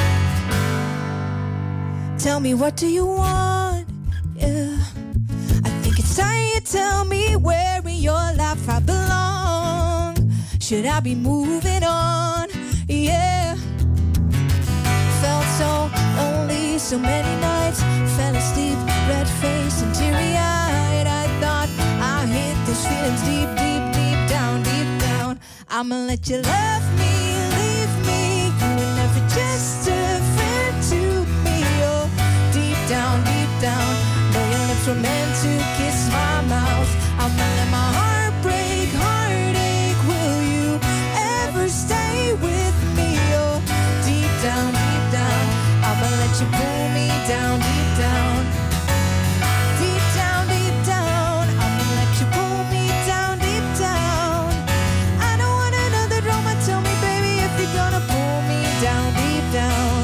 Tell me, what do you want? Yeah, I think it's time you tell me where in your life I belong. Should I be moving on? Yeah, felt so lonely so many nights. Fell asleep, red-faced and teary-eyed. I thought I hid those feelings deep, deep, deep down, deep down. I'ma let you love me, leave me. You were never just a friend to me. Oh, deep down, know your lips were meant to kiss my mouth. I'ma let my heart break, heartache. Will you ever stay with me? Oh, deep down, I'ma let you pull me down, deep down. Deep down, I'ma let you pull me down, deep down. I don't want another drama. Tell me, baby, if you're gonna pull me down, deep down.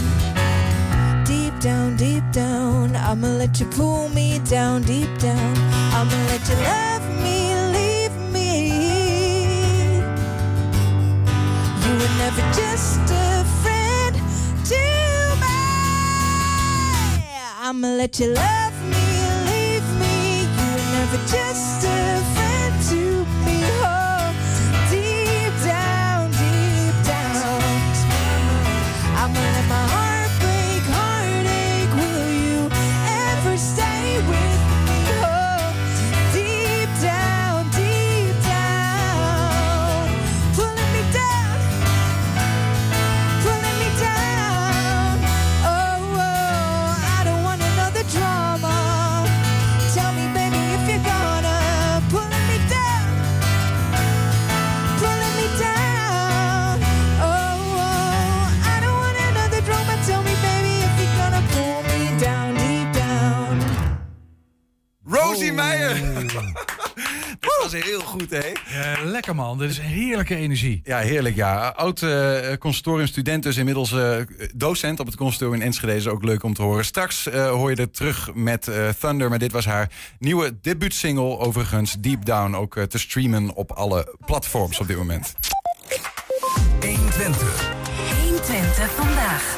Deep down, I'ma let you pull me down, deep down. I'ma let you love me, leave me. You were never just a friend to me. I'ma let you love me, leave me. You were never just a friend to me. Oh, deep down, I'ma let my heart break, heartache. Will you ever stay with me? Oh, deep down, pulling me down, pulling me down. Oh, I don't want another drama. Tell me, baby, if you're gonna pulling me down, pulling me down. Oh, I don't want another drama. Tell me, baby, if you're gonna pull me down, deep down. Rosie Meijer! Dit was heel goed, hè? Lekker man, dit is een heerlijke energie. Ja, heerlijk, ja. Oud consortium-student, dus inmiddels docent op het consortium in Enschede. Is ook leuk om te horen. Straks hoor je er terug met Thunder, maar dit was haar nieuwe debuutsingle. Overigens, Deep Down, ook te streamen op alle platforms op dit moment. 120. 120 vandaag.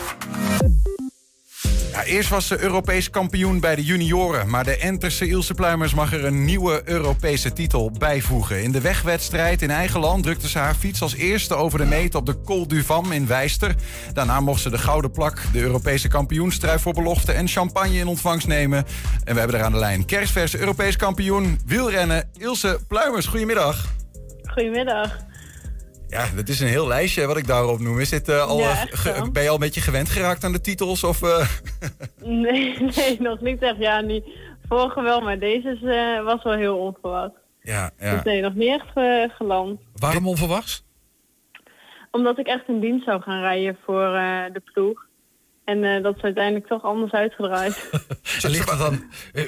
Ja, eerst was ze Europees kampioen bij de junioren. Maar de Enterse Ilse Pluimers mag er een nieuwe Europese titel bijvoegen. In de wegwedstrijd in eigen land drukte ze haar fiets als eerste over de meet op de Col du Vam in Wijster. Daarna mocht ze de gouden plak, de Europese kampioenstrui voor belofte en champagne in ontvangst nemen. En we hebben er aan de lijn kerstverse Europees kampioen wielrennen Ilse Pluimers. Goedemiddag. Goedemiddag. Ja, dat is een heel lijstje wat ik daarop noem. Is dit ben je al een beetje gewend geraakt aan de titels? Of, Nee, nog niet echt. Ja, niet. Vorige wel, maar deze was wel heel onverwacht. Ja. Dus nee, nog niet echt geland. Waarom onverwachts? Omdat ik echt een dienst zou gaan rijden voor de ploeg. En dat is uiteindelijk toch anders uitgedraaid. Ligt dat dan...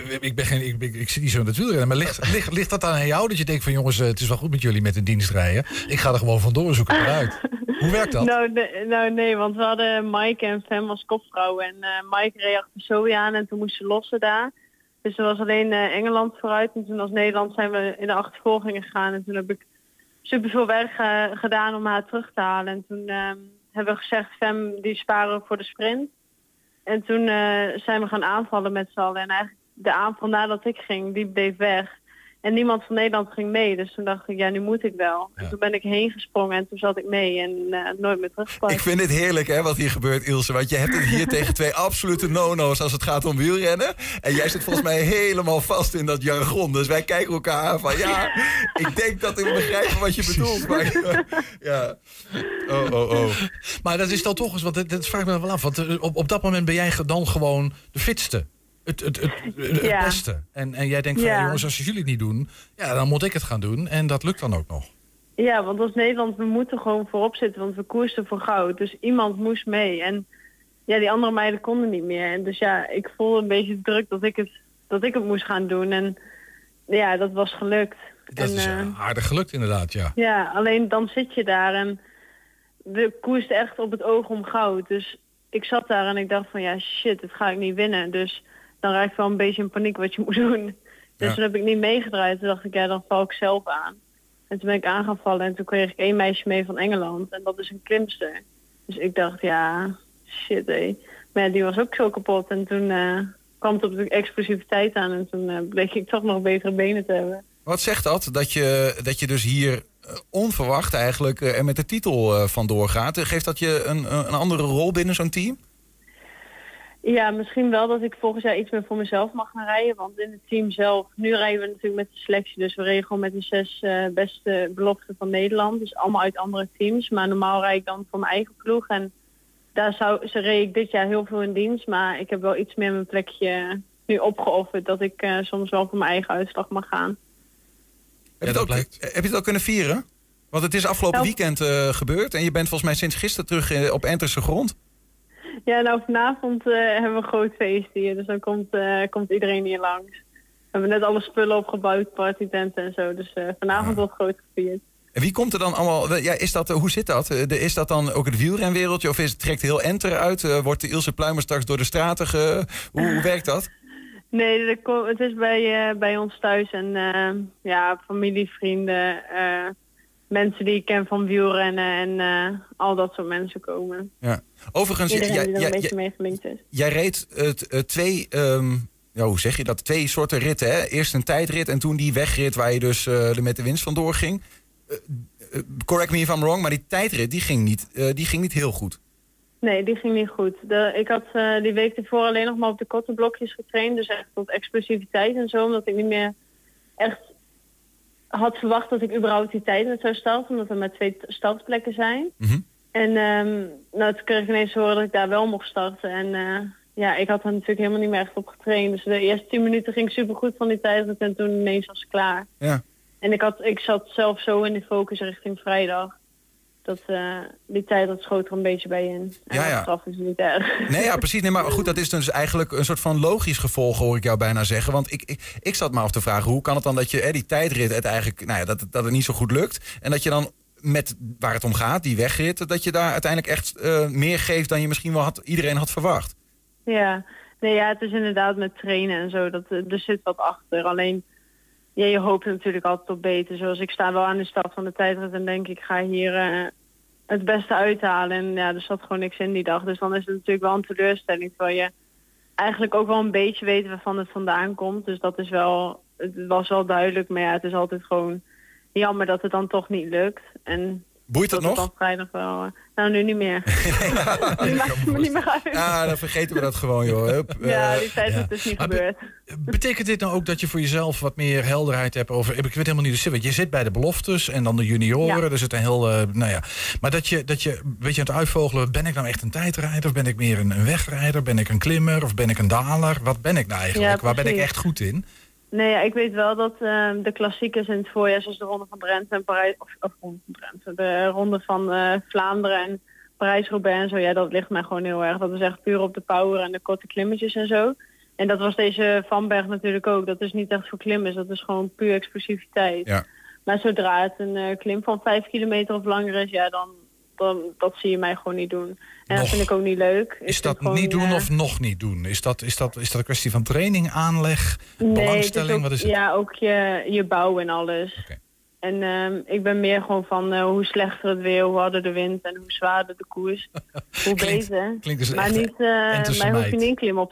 Ik zit niet zo in het wielrennen, maar ligt dat dan aan jou? Dat je denkt van jongens, het is wel goed met jullie met een dienst rijden. Ik ga er gewoon vandoor, zoek het eruit. Hoe werkt dat? Nee, want we hadden Maaike en Fem als kopvrouw. En Maaike reed achter Zoe aan en toen moest ze lossen daar. Dus er was alleen Engeland vooruit. En toen als Nederland zijn we in de achtervolging gegaan. En toen heb ik superveel werk gedaan om haar terug te halen. En toen hebben we gezegd, Fem, die sparen we voor de sprint. En toen zijn we gaan aanvallen met z'n allen. En eigenlijk de aanval nadat ik ging, die bleef weg. En niemand van Nederland ging mee. Dus toen dacht ik, ja, nu moet ik wel. Ja. En toen ben ik heen gesprongen en toen zat ik mee en nooit meer teruggepakt. Ik vind het heerlijk, hè, wat hier gebeurt, Ilse. Want je hebt het hier tegen twee absolute no-no's als het gaat om wielrennen. En jij zit volgens mij helemaal vast in dat jargon. Dus wij kijken elkaar aan van, ja, ik denk dat ik begrijp wat je bedoelt. Maar, ja. Oh. Maar dat is dan toch eens, want dat vraag ik me wel af. Want op dat moment ben jij dan gewoon de fitste. Het beste. En jij denkt van, jongens, als jullie het niet doen, ja, dan moet ik het gaan doen. En dat lukt dan ook nog. Ja, want als Nederland, we moeten gewoon voorop zitten, want we koersen voor goud. Dus iemand moest mee. En ja, die andere meiden konden niet meer. En dus ja, ik voelde een beetje druk dat ik het moest gaan doen. En ja, dat was gelukt. Dat is aardig gelukt inderdaad, ja. Ja, alleen dan zit je daar en we koersten echt op het oog om goud. Dus ik zat daar en ik dacht van, ja, shit, dit ga ik niet winnen. Dus dan raak ik wel een beetje in paniek wat je moet doen. Dus toen heb ik niet meegedraaid. Toen dacht ik, ja, dan val ik zelf aan. En toen ben ik aan gaan vallen en toen kreeg ik 1 meisje mee van Engeland. En dat is een klimster. Dus ik dacht, ja, shit, hé. Maar ja, die was ook zo kapot. En toen kwam het op de explosiviteit aan. En toen bleek ik toch nog betere benen te hebben. Wat zegt dat? Dat je dus hier onverwacht eigenlijk er met de titel vandoor gaat. Geeft dat je een andere rol binnen zo'n team? Ja, misschien wel dat ik volgend jaar iets meer voor mezelf mag gaan rijden. Want in het team zelf, nu rijden we natuurlijk met de selectie. Dus we rijden gewoon met de 6 beste beloften van Nederland. Dus allemaal uit andere teams. Maar normaal rijd ik dan voor mijn eigen ploeg. En daar reed ik dit jaar heel veel in dienst. Maar ik heb wel iets meer mijn plekje nu opgeofferd. Dat ik soms wel voor mijn eigen uitslag mag gaan. Heb je het al kunnen vieren? Want het is afgelopen weekend gebeurd. En je bent volgens mij sinds gisteren terug op Enterse grond. Ja, nou vanavond hebben we een groot feest hier. Dus dan komt iedereen hier langs. We hebben net alle spullen opgebouwd, partytenten en zo. Dus vanavond wordt groot gevierd. En wie komt er dan allemaal... Ja, hoe zit dat? Is dat dan ook het wielrenwereldje? Of trekt heel Enter uit? Wordt de Ilse Pluimer straks door de straten hoe werkt dat? Nee, het is bij ons thuis. En familie, vrienden... mensen die ik ken van wielrennen en al dat soort mensen komen. Ja. Overigens, iedereen die er een beetje mee gelinkt is. Jij reed hoe zeg je dat? 2 soorten ritten, hè? Eerst een tijdrit en toen die wegrit waar je dus er met de winst vandoor ging. Correct me if I'm wrong, maar die tijdrit die ging niet heel goed. Nee, die ging niet goed. Ik had die week ervoor alleen nog maar op de korte blokjes getraind. Dus echt tot explosiviteit en zo. Omdat ik niet meer echt had verwacht dat ik überhaupt die tijd met zou starten. Omdat er maar 2 startplekken zijn. Mm-hmm. En toen kreeg ik ineens horen dat ik daar wel mocht starten. En ik had er natuurlijk helemaal niet meer echt op getraind. Dus de eerste 10 minuten ging supergoed van die tijdrit. En toen ineens was ik klaar. Ja. En ik zat zelf zo in de focus richting vrijdag. Dat die tijd dat schoot er een beetje bij in. En dat is niet erg. Nee, ja, precies. Nee, maar goed, dat is dus eigenlijk een soort van logisch gevolg, hoor ik jou bijna zeggen. Want ik zat me af te vragen, hoe kan het dan dat je die tijdrit het eigenlijk, dat het niet zo goed lukt. En dat je dan met waar het om gaat, die wegrit, dat je daar uiteindelijk echt meer geeft dan je misschien wel iedereen had verwacht. Ja, het is inderdaad met trainen en zo. Er zit wat achter. Alleen, je hoopt natuurlijk altijd op beter. Zoals ik sta wel aan de start van de tijdrit en denk ik ga hier het beste uithalen. En ja, er zat gewoon niks in die dag. Dus dan is het natuurlijk wel een teleurstelling. Terwijl je eigenlijk ook wel een beetje weet waarvan het vandaan komt. Dus dat is wel, het was wel duidelijk. Maar ja, het is altijd gewoon jammer dat het dan toch niet lukt. En boeit dat nog? Dan vrijdag wel. Nou, nu niet meer. Die maakt me niet meer uit. Ja, dan vergeten we dat gewoon, joh. Die tijd is dus niet gebeurd. Betekent dit nou ook dat je voor jezelf wat meer helderheid hebt over... Ik weet helemaal niet de zin, want je zit bij de beloftes en dan de junioren. Ja. Er zit een heel... Maar dat je een beetje aan het uitvogelen... Ben ik nou echt een tijdrijder? Of ben ik meer een wegrijder? Ben ik een klimmer? Of ben ik een daler? Wat ben ik nou eigenlijk? Ja, waar ben ik echt goed in? Nee, ik weet wel dat de klassiekers in het voorjaar, zoals de Ronde van Drenthe en Parijs, de Ronde van Vlaanderen en Parijs-Roubaix en zo, ja, dat ligt mij gewoon heel erg. Dat is echt puur op de power en de korte klimmetjes en zo. En dat was deze Vanberg natuurlijk ook. Dat is niet echt voor klimmers, dat is gewoon puur explosiviteit. Ja. Maar zodra het een klim van 5 kilometer of langer is, ja, dan dat zie je mij gewoon niet doen. En dat vind ik ook niet leuk. Is dat niet doen of nog niet doen? Is dat een kwestie van training, aanleg, belangstelling? Wat is het? Ja, ook je bouw en alles. Okay. En ik ben meer gewoon van hoe slechter het weer, hoe harder de wind en hoe zwaarder de koers, hoe beter. Klinkt dus maar echt niet, mij hoef je niet een klim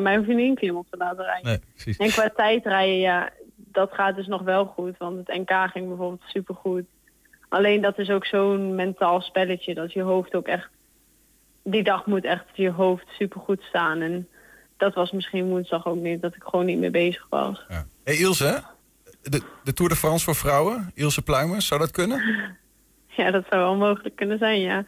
op te laten rijden. Nee, en qua tijdrijden, ja, dat gaat dus nog wel goed. Want het NK ging bijvoorbeeld supergoed. Alleen dat is ook zo'n mentaal spelletje, dat je hoofd ook echt, die dag moet echt je hoofd supergoed staan. En dat was misschien woensdag ook niet, dat ik gewoon niet meer bezig was. Ja. Hey Ilse, de Tour de France voor vrouwen, Ilse Pluimers, zou dat kunnen? Ja, dat zou wel mogelijk kunnen zijn, ja.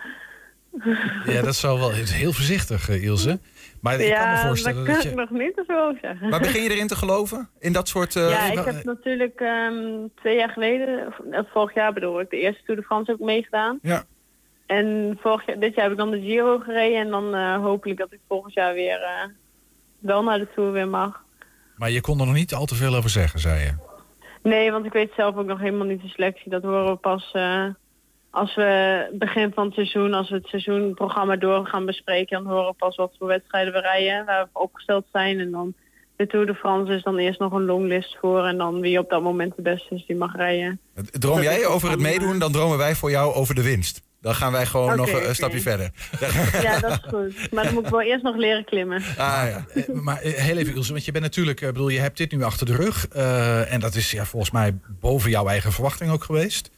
Ja, dat zou wel heel voorzichtig, Ilse. Maar ik kan me voorstellen dat kan ik nog niet te veel zeggen. Maar begin je erin te geloven? In dat soort... Ja, ik heb natuurlijk 2 jaar geleden, vorig jaar bedoel ik, de eerste Tour de France heb ik meegedaan. Ja. En dit jaar heb ik dan de Giro gereden en dan hopelijk dat ik volgend jaar weer wel naar de Tour weer mag. Maar je kon er nog niet al te veel over zeggen, zei je? Nee, want ik weet zelf ook nog helemaal niet de selectie. Dat horen we pas als we begin van het seizoen, als we het seizoenprogramma door gaan bespreken, dan horen we pas wat voor wedstrijden we rijden, waar we opgesteld zijn. En dan de Tour de France is dan eerst nog een longlist voor en dan wie op dat moment de beste is, die mag rijden. Droom jij over het meedoen, dan dromen wij voor jou over de winst. Dan gaan wij gewoon nog een stapje verder. Ja, dat is goed. Maar dan moet ik wel eerst nog leren klimmen. Ja. Maar heel even Ilse, want je bent natuurlijk, je hebt dit nu achter de rug. En dat is volgens mij boven jouw eigen verwachting ook geweest.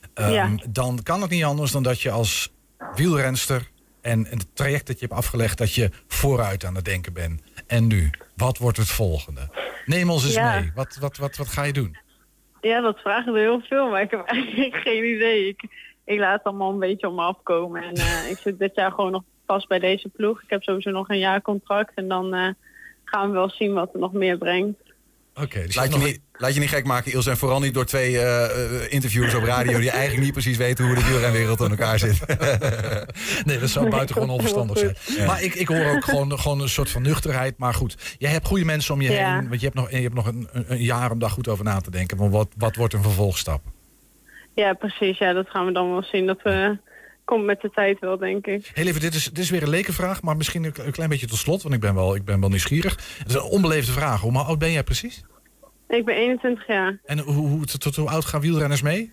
Dan kan het niet anders dan dat je als wielrenster en het traject dat je hebt afgelegd, dat je vooruit aan het denken bent. En nu, wat wordt het volgende? Neem ons eens mee. Wat ga je doen? Ja, dat vragen er heel veel, maar ik heb eigenlijk geen idee. Ik laat het allemaal een beetje om me afkomen. En ik zit dit jaar gewoon nog vast bij deze ploeg. Ik heb sowieso nog een jaar contract en dan gaan we wel zien wat er nog meer brengt. Okay, dus laat je niet gek maken, Ilse. En vooral niet door 2 interviewers op radio die eigenlijk niet precies weten hoe de wielrenwereld in elkaar zit. Nee, dat zou buitengewoon onverstandig zijn. Ja. Maar ik hoor ook gewoon een soort van nuchterheid. Maar goed, jij hebt goede mensen om je heen. Want je hebt nog een jaar om daar goed over na te denken. Want wat wordt een vervolgstap? Ja, precies. Ja, dat gaan we dan wel zien. Dat komt met de tijd wel, denk ik. Heel even, dit is weer een lekenvraag, maar misschien een klein beetje tot slot, want ik ben wel nieuwsgierig. Het is een onbeleefde vraag. Hoe oud ben jij precies? Ik ben 21 jaar. En tot hoe oud gaan wielrenners mee?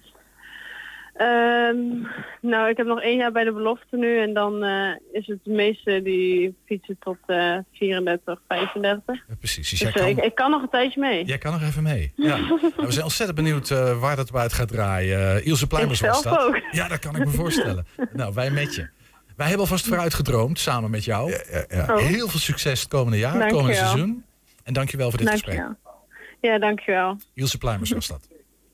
Nou, ik heb nog 1 jaar bij de belofte nu en dan is het de meeste die fietsen tot 34, 35. Ja, precies. Dus ik kan nog een tijdje mee. Jij kan nog even mee. Ja. Nou, we zijn ontzettend benieuwd waar dat uit gaat draaien. Ilse Pluimers was dat. Ook. Ja, dat kan ik me voorstellen. Nou, wij met je. Wij hebben alvast vooruit gedroomd, samen met jou. Ja. Oh. Heel veel succes het komende jaar, het komende seizoen. En dankjewel voor dit gesprek. Ja, dankjewel. Ilse Pluimers was dat.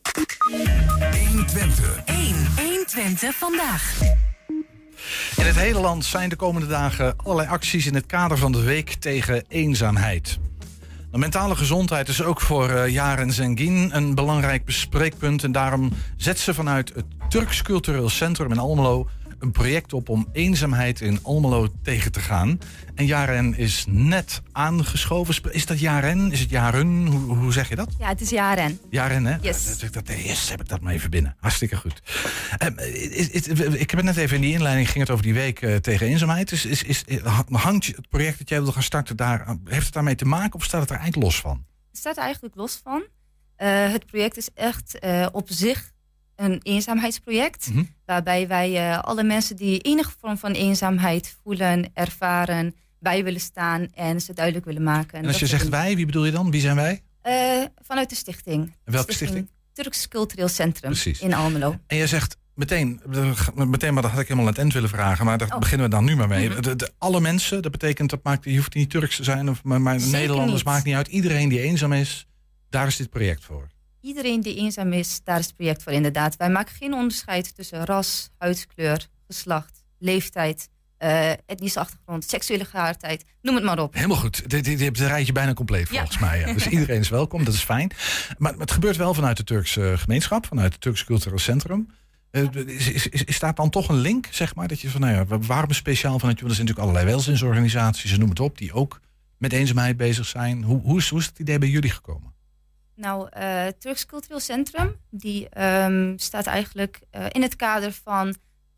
120 vandaag. In het hele land zijn de komende dagen allerlei acties in het kader van de Week tegen eenzaamheid. De mentale gezondheid is ook voor Yaren Zengin een belangrijk bespreekpunt. En daarom zet ze vanuit het Turks Cultureel Centrum in Almelo een project op om eenzaamheid in Almelo tegen te gaan. En Yaren is net aangeschoven. Is dat Yaren? Is het Yaren? Hoe zeg je dat? Ja, het is Yaren. Yaren, hè? Yes. Yes, heb ik dat maar even binnen. Hartstikke goed. Ik heb het net even in die inleiding, ging het over die week tegen eenzaamheid. Hangt het project dat jij wil gaan starten daar, heeft het daarmee te maken of staat het er eigenlijk los van? Het staat er eigenlijk los van. Het project is echt op zich een eenzaamheidsproject. Mm-hmm. Waarbij wij alle mensen die enige vorm van eenzaamheid voelen, ervaren, bij willen staan en ze duidelijk willen maken. En als je zegt wij, wie bedoel je dan? Wie zijn wij? Vanuit de stichting. Welke stichting? Turks Cultureel Centrum. Precies. In Almelo. En je zegt meteen, maar dat had ik helemaal aan het eind willen vragen, maar daar beginnen we dan nu maar mee. Mm-hmm. Alle mensen, dat betekent, je hoeft niet Turks te zijn, maar Nederlanders, niet. Maakt niet uit. Iedereen die eenzaam is, daar is dit project voor. Iedereen die eenzaam is, daar is het project voor inderdaad. Wij maken geen onderscheid tussen ras, huidskleur, geslacht, leeftijd, etnische achtergrond, seksuele geaardheid, noem het maar op. Helemaal goed. Dit rijdt je bijna compleet volgens mij. Ja. Dus iedereen is welkom, dat is fijn. Maar het gebeurt wel vanuit de Turkse gemeenschap, vanuit het Turks Cultureel Centrum. Is daar dan toch een link, zeg maar? Dat je van, nou ja, waarom speciaal vanuit jullie? Er zijn natuurlijk allerlei welzijnsorganisaties, noem het op, die ook met eenzaamheid bezig zijn. Hoe is het idee bij jullie gekomen? Nou, Turks Cultureel Centrum, die staat eigenlijk in het kader van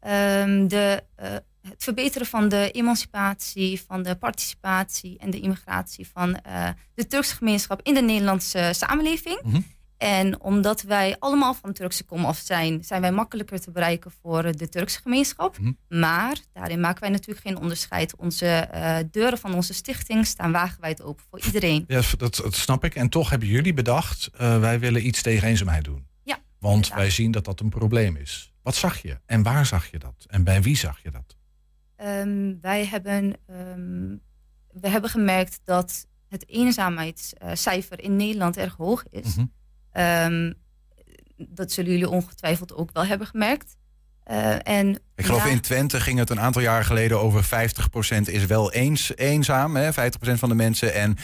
het verbeteren van de emancipatie, van de participatie en de immigratie van de Turkse gemeenschap in de Nederlandse samenleving. Mm-hmm. En omdat wij allemaal van Turkse komaf zijn wij makkelijker te bereiken voor de Turkse gemeenschap. Mm-hmm. Maar daarin maken wij natuurlijk geen onderscheid. Onze deuren van onze stichting staan wagenwijd open voor iedereen. Ja, dat snap ik. En toch hebben jullie bedacht, wij willen iets tegen eenzaamheid doen. Ja, Want inderdaad. wij zien dat dat een probleem is. Wat zag je? En waar zag je dat? En bij wie zag je dat? We hebben gemerkt dat het eenzaamheidscijfer in Nederland erg hoog is. Mm-hmm. Dat zullen jullie ongetwijfeld ook wel hebben gemerkt. Ik geloof in Twente ging het een aantal jaar geleden over 50% is wel eenzaam. Hè? 50% van de mensen en 15%,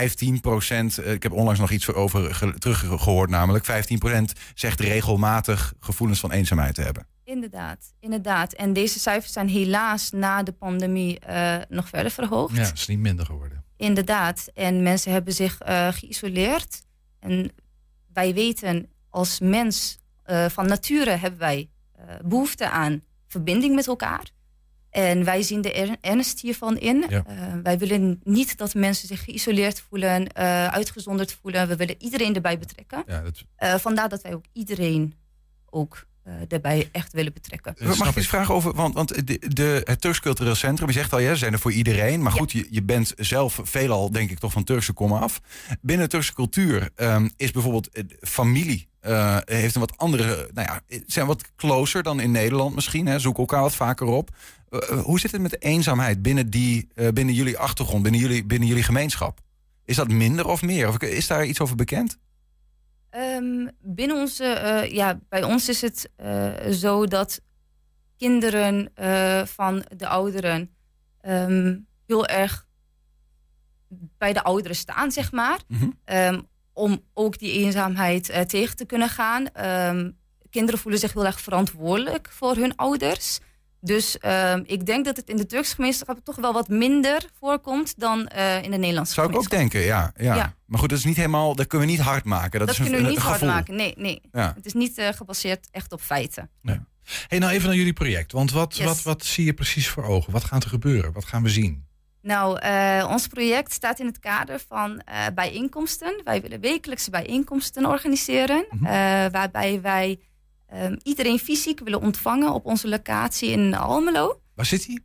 ik heb onlangs nog iets over teruggehoord namelijk. 15% zegt regelmatig gevoelens van eenzaamheid te hebben. Inderdaad. En deze cijfers zijn helaas na de pandemie nog verder verhoogd. Ja, het is niet minder geworden. Inderdaad. En mensen hebben zich geïsoleerd. En wij weten als mens van nature hebben wij behoefte aan verbinding met elkaar. En wij zien de ernst hiervan in. Ja. Wij willen niet dat mensen zich geïsoleerd voelen, uitgezonderd voelen. We willen iedereen erbij betrekken. Ja, vandaar dat wij ook iedereen ook daarbij echt willen betrekken. Mag ik eens vragen over, want het Turks Cultureel Centrum, je zegt al, ja, ze zijn er voor iedereen. Maar goed, je bent zelf veelal, denk ik, toch van Turkse komaf af. Binnen de Turkse cultuur is bijvoorbeeld familie, heeft een wat andere, zijn wat closer dan in Nederland misschien. Hè, zoeken elkaar wat vaker op. Hoe zit het met de eenzaamheid binnen jullie achtergrond, binnen jullie gemeenschap? Is dat minder of meer? Of is daar iets over bekend? Binnen onze, bij ons is het zo dat kinderen van de ouderen heel erg bij de ouderen staan, zeg maar. Mm-hmm. Om ook die eenzaamheid tegen te kunnen gaan. Kinderen voelen zich heel erg verantwoordelijk voor hun ouders. Dus ik denk dat het in de Turkse gemeenschap toch wel wat minder voorkomt dan in de Nederlandse Zou ik ook denken, ja. Maar goed, dat is niet helemaal, dat kunnen we niet hard maken. Dat is kunnen we niet gevoel. hard maken, nee. Ja. Het is niet gebaseerd echt op feiten. Ja. Hey, nou even naar jullie project. Want wat zie je precies voor ogen? Wat gaat er gebeuren? Wat gaan we zien? Nou, ons project staat in het kader van bijeenkomsten. Wij willen wekelijkse bijeenkomsten organiseren. Mm-hmm. Waarbij wij iedereen fysiek willen ontvangen op onze locatie in Almelo. Waar zit die?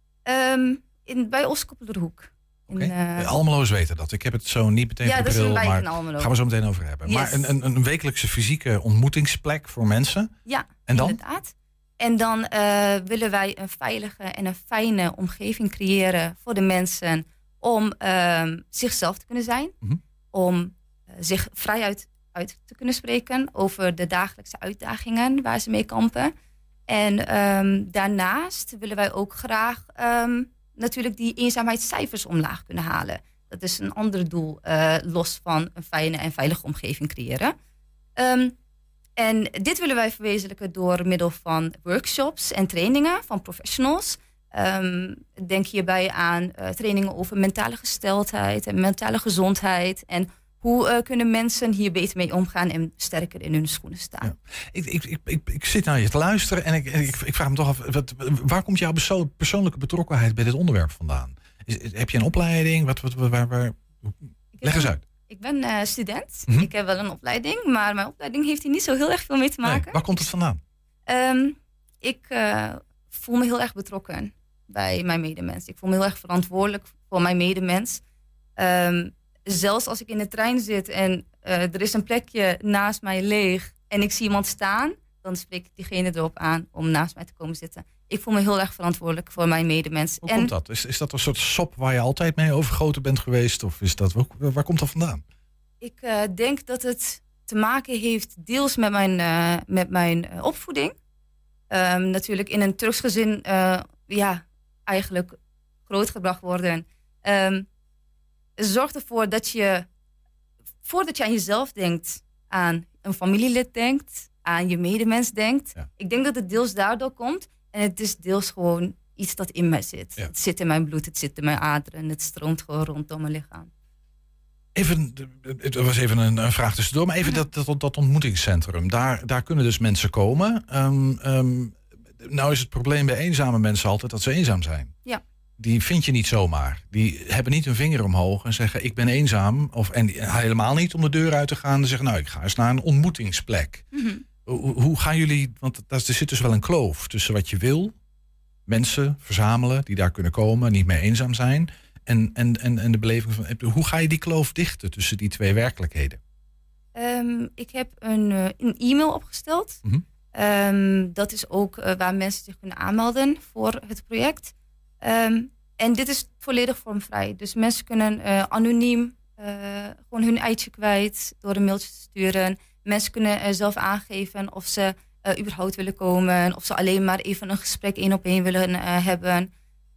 Bij Oskoppelerhoek. Okay. Almelo's weten dat. Ik heb het zo niet meteen voor de bril, maar gaan we zo meteen over hebben. Yes. Maar een wekelijkse fysieke ontmoetingsplek voor mensen. Ja, en dan? Inderdaad. En dan willen wij een veilige en een fijne omgeving creëren voor de mensen om zichzelf te kunnen zijn. Mm-hmm. Om zich vrij uit te kunnen spreken over de dagelijkse uitdagingen waar ze mee kampen. En daarnaast willen wij ook graag natuurlijk die eenzaamheidscijfers omlaag kunnen halen. Dat is een ander doel, los van een fijne en veilige omgeving creëren. En dit willen wij verwezenlijken door middel van workshops en trainingen van professionals. Denk hierbij aan trainingen over mentale gesteldheid en mentale gezondheid. En hoe kunnen mensen hier beter mee omgaan en sterker in hun schoenen staan? Ja. Ik zit naar je te luisteren en ik vraag me toch af, waar komt jouw persoonlijke betrokkenheid bij dit onderwerp vandaan? Heb je een opleiding? Leg eens uit. Ik ben student. Mm-hmm. Ik heb wel een opleiding, maar mijn opleiding heeft hier niet zo heel erg veel mee te maken. Nee, waar komt het vandaan? Ik voel me heel erg betrokken bij mijn medemens. Ik voel me heel erg verantwoordelijk voor mijn medemens. Zelfs als ik in de trein zit en er is een plekje naast mij leeg en ik zie iemand staan, dan spreek ik diegene erop aan om naast mij te komen zitten. Ik voel me heel erg verantwoordelijk voor mijn medemens. Hoe komt dat? Is dat een soort sop waar je altijd mee overgoten bent geweest? Of is dat, waar komt dat vandaan? Ik denk dat het te maken heeft deels met mijn opvoeding. Natuurlijk in een Turks gezin eigenlijk grootgebracht worden. Zorg ervoor dat je, voordat je aan jezelf denkt, aan een familielid denkt. aan je medemens denkt. Ja. Ik denk dat het deels daardoor komt. En het is deels gewoon iets dat in mij zit. Ja. Het zit in mijn bloed, het zit in mijn aderen. Het stroomt gewoon rondom mijn lichaam. Even, het was even een vraag tussendoor, maar even dat ontmoetingscentrum. Daar kunnen dus mensen komen. Nou is het probleem bij eenzame mensen altijd dat ze eenzaam zijn. Ja. Die vind je niet zomaar. Die hebben niet hun vinger omhoog en zeggen ik ben eenzaam. En helemaal niet om de deur uit te gaan en zeggen nou ik ga eens naar een ontmoetingsplek. Mm-hmm. Hoe gaan jullie, want er zit dus wel een kloof tussen wat je wil, mensen verzamelen die daar kunnen komen, niet meer eenzaam zijn. En de beleving van, hoe ga je die kloof dichten tussen die twee werkelijkheden? Ik heb een e-mail opgesteld. Mhm. Dat is ook waar mensen zich kunnen aanmelden voor het project. En dit is volledig vormvrij. Dus mensen kunnen anoniem gewoon hun eitje kwijt door een mailtje te sturen. Mensen kunnen zelf aangeven of ze überhaupt willen komen. Of ze alleen maar even een gesprek 1-op-1 willen hebben.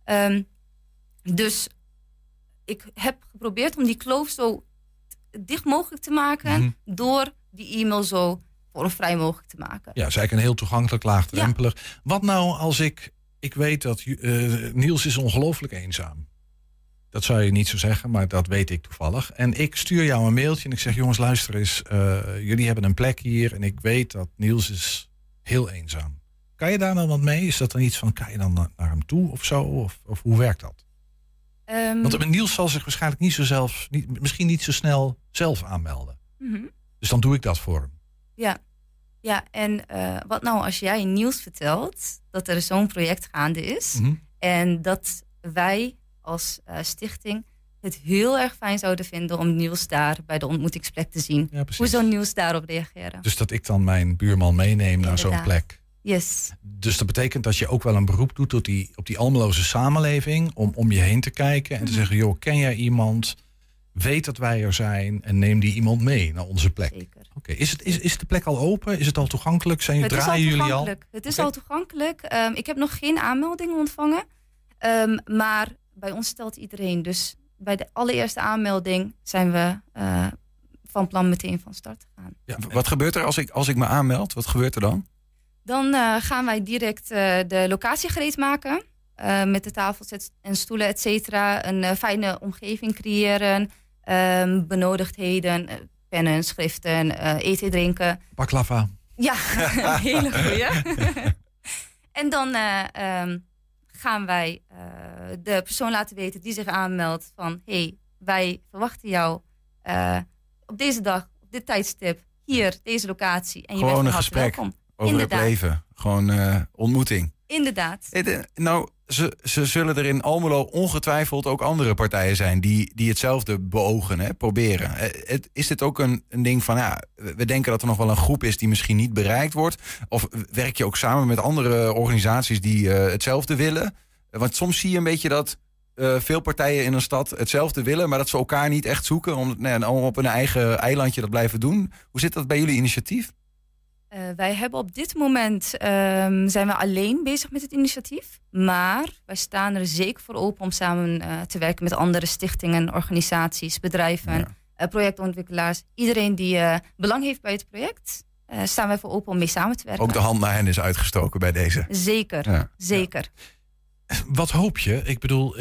Dus ik heb geprobeerd om die kloof zo dicht mogelijk te maken door die e-mail zo vormvrij mogelijk te maken. Ja, is eigenlijk een heel toegankelijk, laagdrempelig. Ja. Wat nou als ik weet dat Niels is ongelooflijk eenzaam. Dat zou je niet zo zeggen, maar dat weet ik toevallig. En ik stuur jou een mailtje en ik zeg jongens luister eens, jullie hebben een plek hier en ik weet dat Niels is heel eenzaam. Kan je daar dan wat mee? Is dat dan iets van, kan je dan naar hem toe of zo? Of hoe werkt dat? Want Niels zal zich waarschijnlijk misschien niet zo snel zelf aanmelden. Mm-hmm. Dus dan doe ik dat voor hem. Ja, en wat nou als jij Niels vertelt dat er zo'n project gaande is. Mm-hmm. En dat wij als stichting het heel erg fijn zouden vinden om Niels daar bij de ontmoetingsplek te zien. Ja, hoe zou Niels daarop reageren? Dus dat ik dan mijn buurman meeneem naar zo'n plek. Yes. Dus dat betekent dat je ook wel een beroep doet op die almeloze samenleving. Om je heen te kijken en te zeggen, joh, ken jij iemand? Weet dat wij er zijn en neem die iemand mee naar onze plek. Zeker. Oké. Is de plek al open? Is het al toegankelijk? Draaien jullie al? Het is al toegankelijk. Ik heb nog geen aanmeldingen ontvangen. Maar bij ons stelt iedereen. Dus bij de allereerste aanmelding zijn we van plan meteen van start te gaan. Ja, wat gebeurt er als ik me aanmeld? Wat gebeurt er dan? Dan gaan wij direct de locatie gereed maken. Met de tafels en stoelen, et cetera. Een fijne omgeving creëren. Benodigdheden, pennen, schriften, eten, drinken. Baklava. Ja, hele goeie. En dan gaan wij de persoon laten weten die zich aanmeldt van hey, wij verwachten jou op deze dag, op dit tijdstip, hier, deze locatie. En je gewoon bent een van harte gesprek welkom. over Inderdaad. het leven. Gewoon ontmoeting. Inderdaad. Nou, ze zullen er in Almelo ongetwijfeld ook andere partijen zijn die hetzelfde beogen, hè, proberen. Is dit ook een ding van, ja, we denken dat er nog wel een groep is die misschien niet bereikt wordt? Of werk je ook samen met andere organisaties die hetzelfde willen? Want soms zie je een beetje dat veel partijen in een stad hetzelfde willen, maar dat ze elkaar niet echt zoeken om op hun eigen eilandje dat blijven doen. Hoe zit dat bij jullie initiatief? Wij hebben op dit moment zijn we alleen bezig met het initiatief. Maar wij staan er zeker voor open om samen te werken met andere stichtingen, organisaties, bedrijven, projectontwikkelaars. Iedereen die belang heeft bij het project, staan wij voor open om mee samen te werken. Ook de hand naar hen is uitgestoken bij deze. Zeker, zeker. Ja. Wat hoop je? Ik bedoel,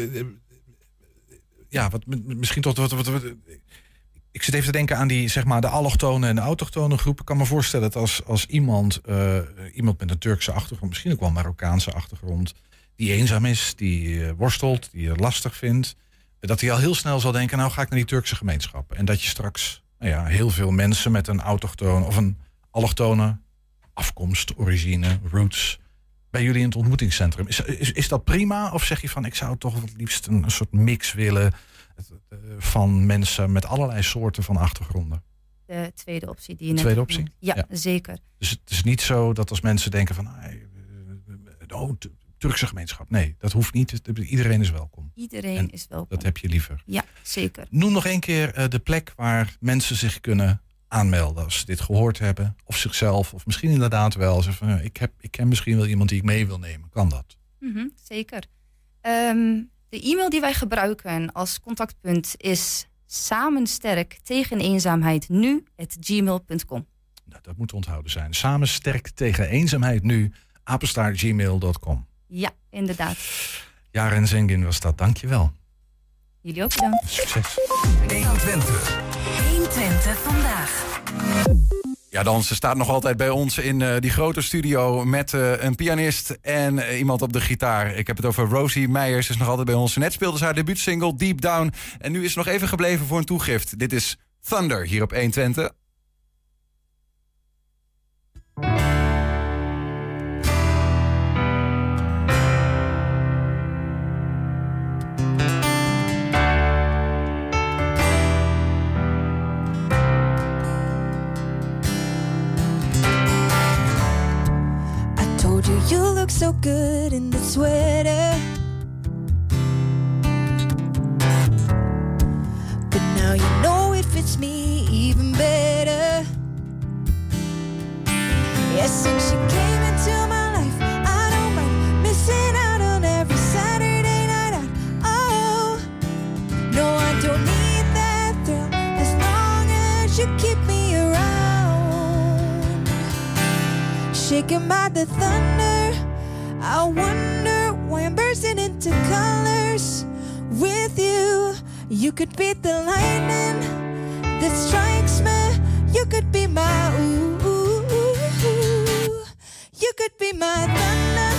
misschien tot wat. Ik zit even te denken aan die, zeg maar, de allochtone en de autochtone groepen. Ik kan me voorstellen dat als iemand met een Turkse achtergrond, misschien ook wel een Marokkaanse achtergrond, die eenzaam is, die worstelt, die het lastig vindt, dat hij al heel snel zal denken, nou ga ik naar die Turkse gemeenschap. En dat je straks heel veel mensen met een autochtone of een allochtone afkomst, origine, roots, bij jullie in het ontmoetingscentrum. Is dat prima? Of zeg je van, ik zou toch het liefst een soort mix willen van mensen met allerlei soorten van achtergronden? De tweede optie die je net tweede optie? Ja, zeker. Dus het is niet zo dat als mensen denken van, Turkse gemeenschap. Nee, dat hoeft niet. Iedereen is welkom. Iedereen is welkom. Dat heb je liever. Ja, zeker. Noem nog één keer de plek waar mensen zich kunnen aanmelden als ze dit gehoord hebben. Of zichzelf, of misschien inderdaad wel. Van, ik ken misschien wel iemand die ik mee wil nemen. Kan dat? Zeker. De e-mail die wij gebruiken als contactpunt is samensterktegen eenzaamheid nu@gmail.com. Nou, dat moet onthouden zijn. Samen sterk tegen eenzaamheid nu. @gmail.com. Ja, inderdaad. Jaren Zengin was dat. Dankjewel. Jullie ook bedankt. Succes. 120. 120 vandaag. Ja, dan ze staat nog altijd bij ons in die grote studio met een pianist en iemand op de gitaar. Ik heb het over Rosie Meijers, is nog altijd bij ons. Net speelde ze haar debuutsingle Deep Down en nu is ze nog even gebleven voor een toegift. Dit is Thunder hier op 120. You look so good in the sweater, but now you know it fits me even better. Yes, since you came into my life, I don't mind missing out on every Saturday night out. Oh, no, I don't need that thrill as long as you keep me around. Shaken by the thunder, I wonder why I'm bursting into colors with you. You could be the lightning that strikes me. You could be my ooh. You could be my thunder.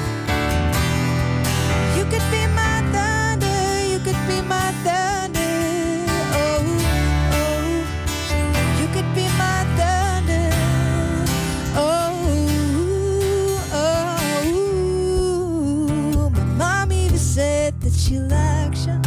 You could be my thunder. You could be my thunder. Oh, oh. You could be my thunder. Oh. Said that she likes you.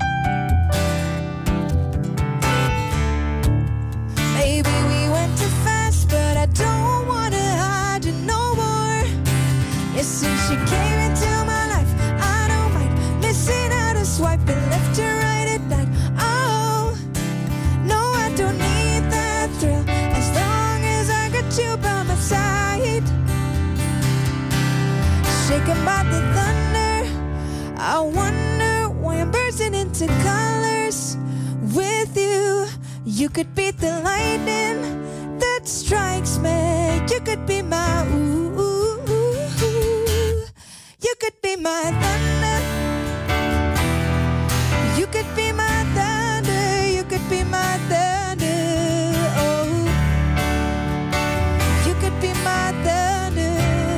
Maybe we went too fast, but I don't wanna hide you no more. Yes, since she came into my life, I don't mind missing out on swiping left to right at night. Oh, no, I don't need that thrill as long as I got you by my side. Shaken by the thunder, I wonder why I'm bursting into colors with you. You could be the lightning that strikes me. You could be my ooh. You could be my thunder. You could be my thunder. You could be my thunder. Oh, you could be my thunder.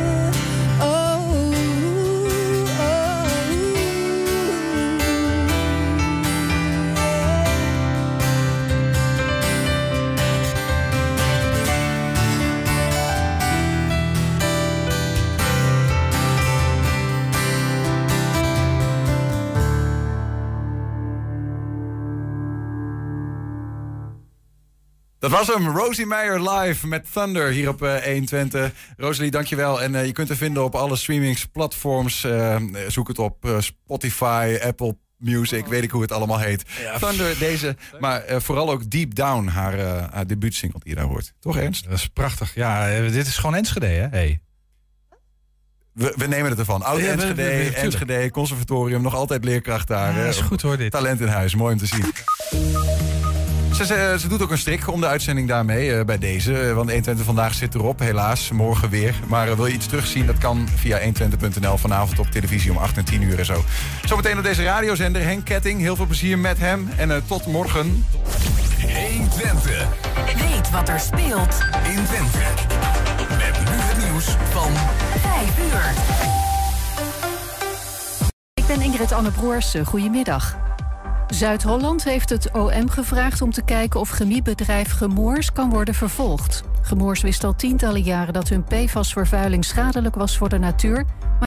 Dat was hem, Rosie Meijer live met Thunder hier op 120. Rosalie, dankjewel. En je kunt haar vinden op alle streamingsplatforms. Zoek het op Spotify, Apple Music, weet ik hoe het allemaal heet. Ja. Thunder, deze, maar vooral ook Deep Down, haar debuutsingle die je daar hoort. Toch, Ernst? Dat is prachtig. Ja, dit is gewoon Enschede, hè? Hey. We nemen het ervan. Oud Enschede, Enschede, conservatorium, nog altijd leerkracht daar. Ja, is goed hoor, dit. Talent in huis, mooi om te zien. Ze doet ook een strik om de uitzending daarmee bij deze. Want 120 vandaag zit erop, helaas. Morgen weer. Maar wil je iets terugzien, dat kan via 120.nl. Vanavond op televisie om 8 en 10 uur en zo. Zometeen op deze radiozender Henk Ketting. Heel veel plezier met hem. En tot morgen. 120. Weet wat er speelt in Twente. Met nu het nieuws van 5 uur. Ik ben Ingrid Anne Broers. Goedemiddag. Zuid-Holland heeft het OM gevraagd om te kijken of chemiebedrijf Chemours kan worden vervolgd. Chemours wist al tientallen jaren dat hun PFAS-vervuiling schadelijk was voor de natuur.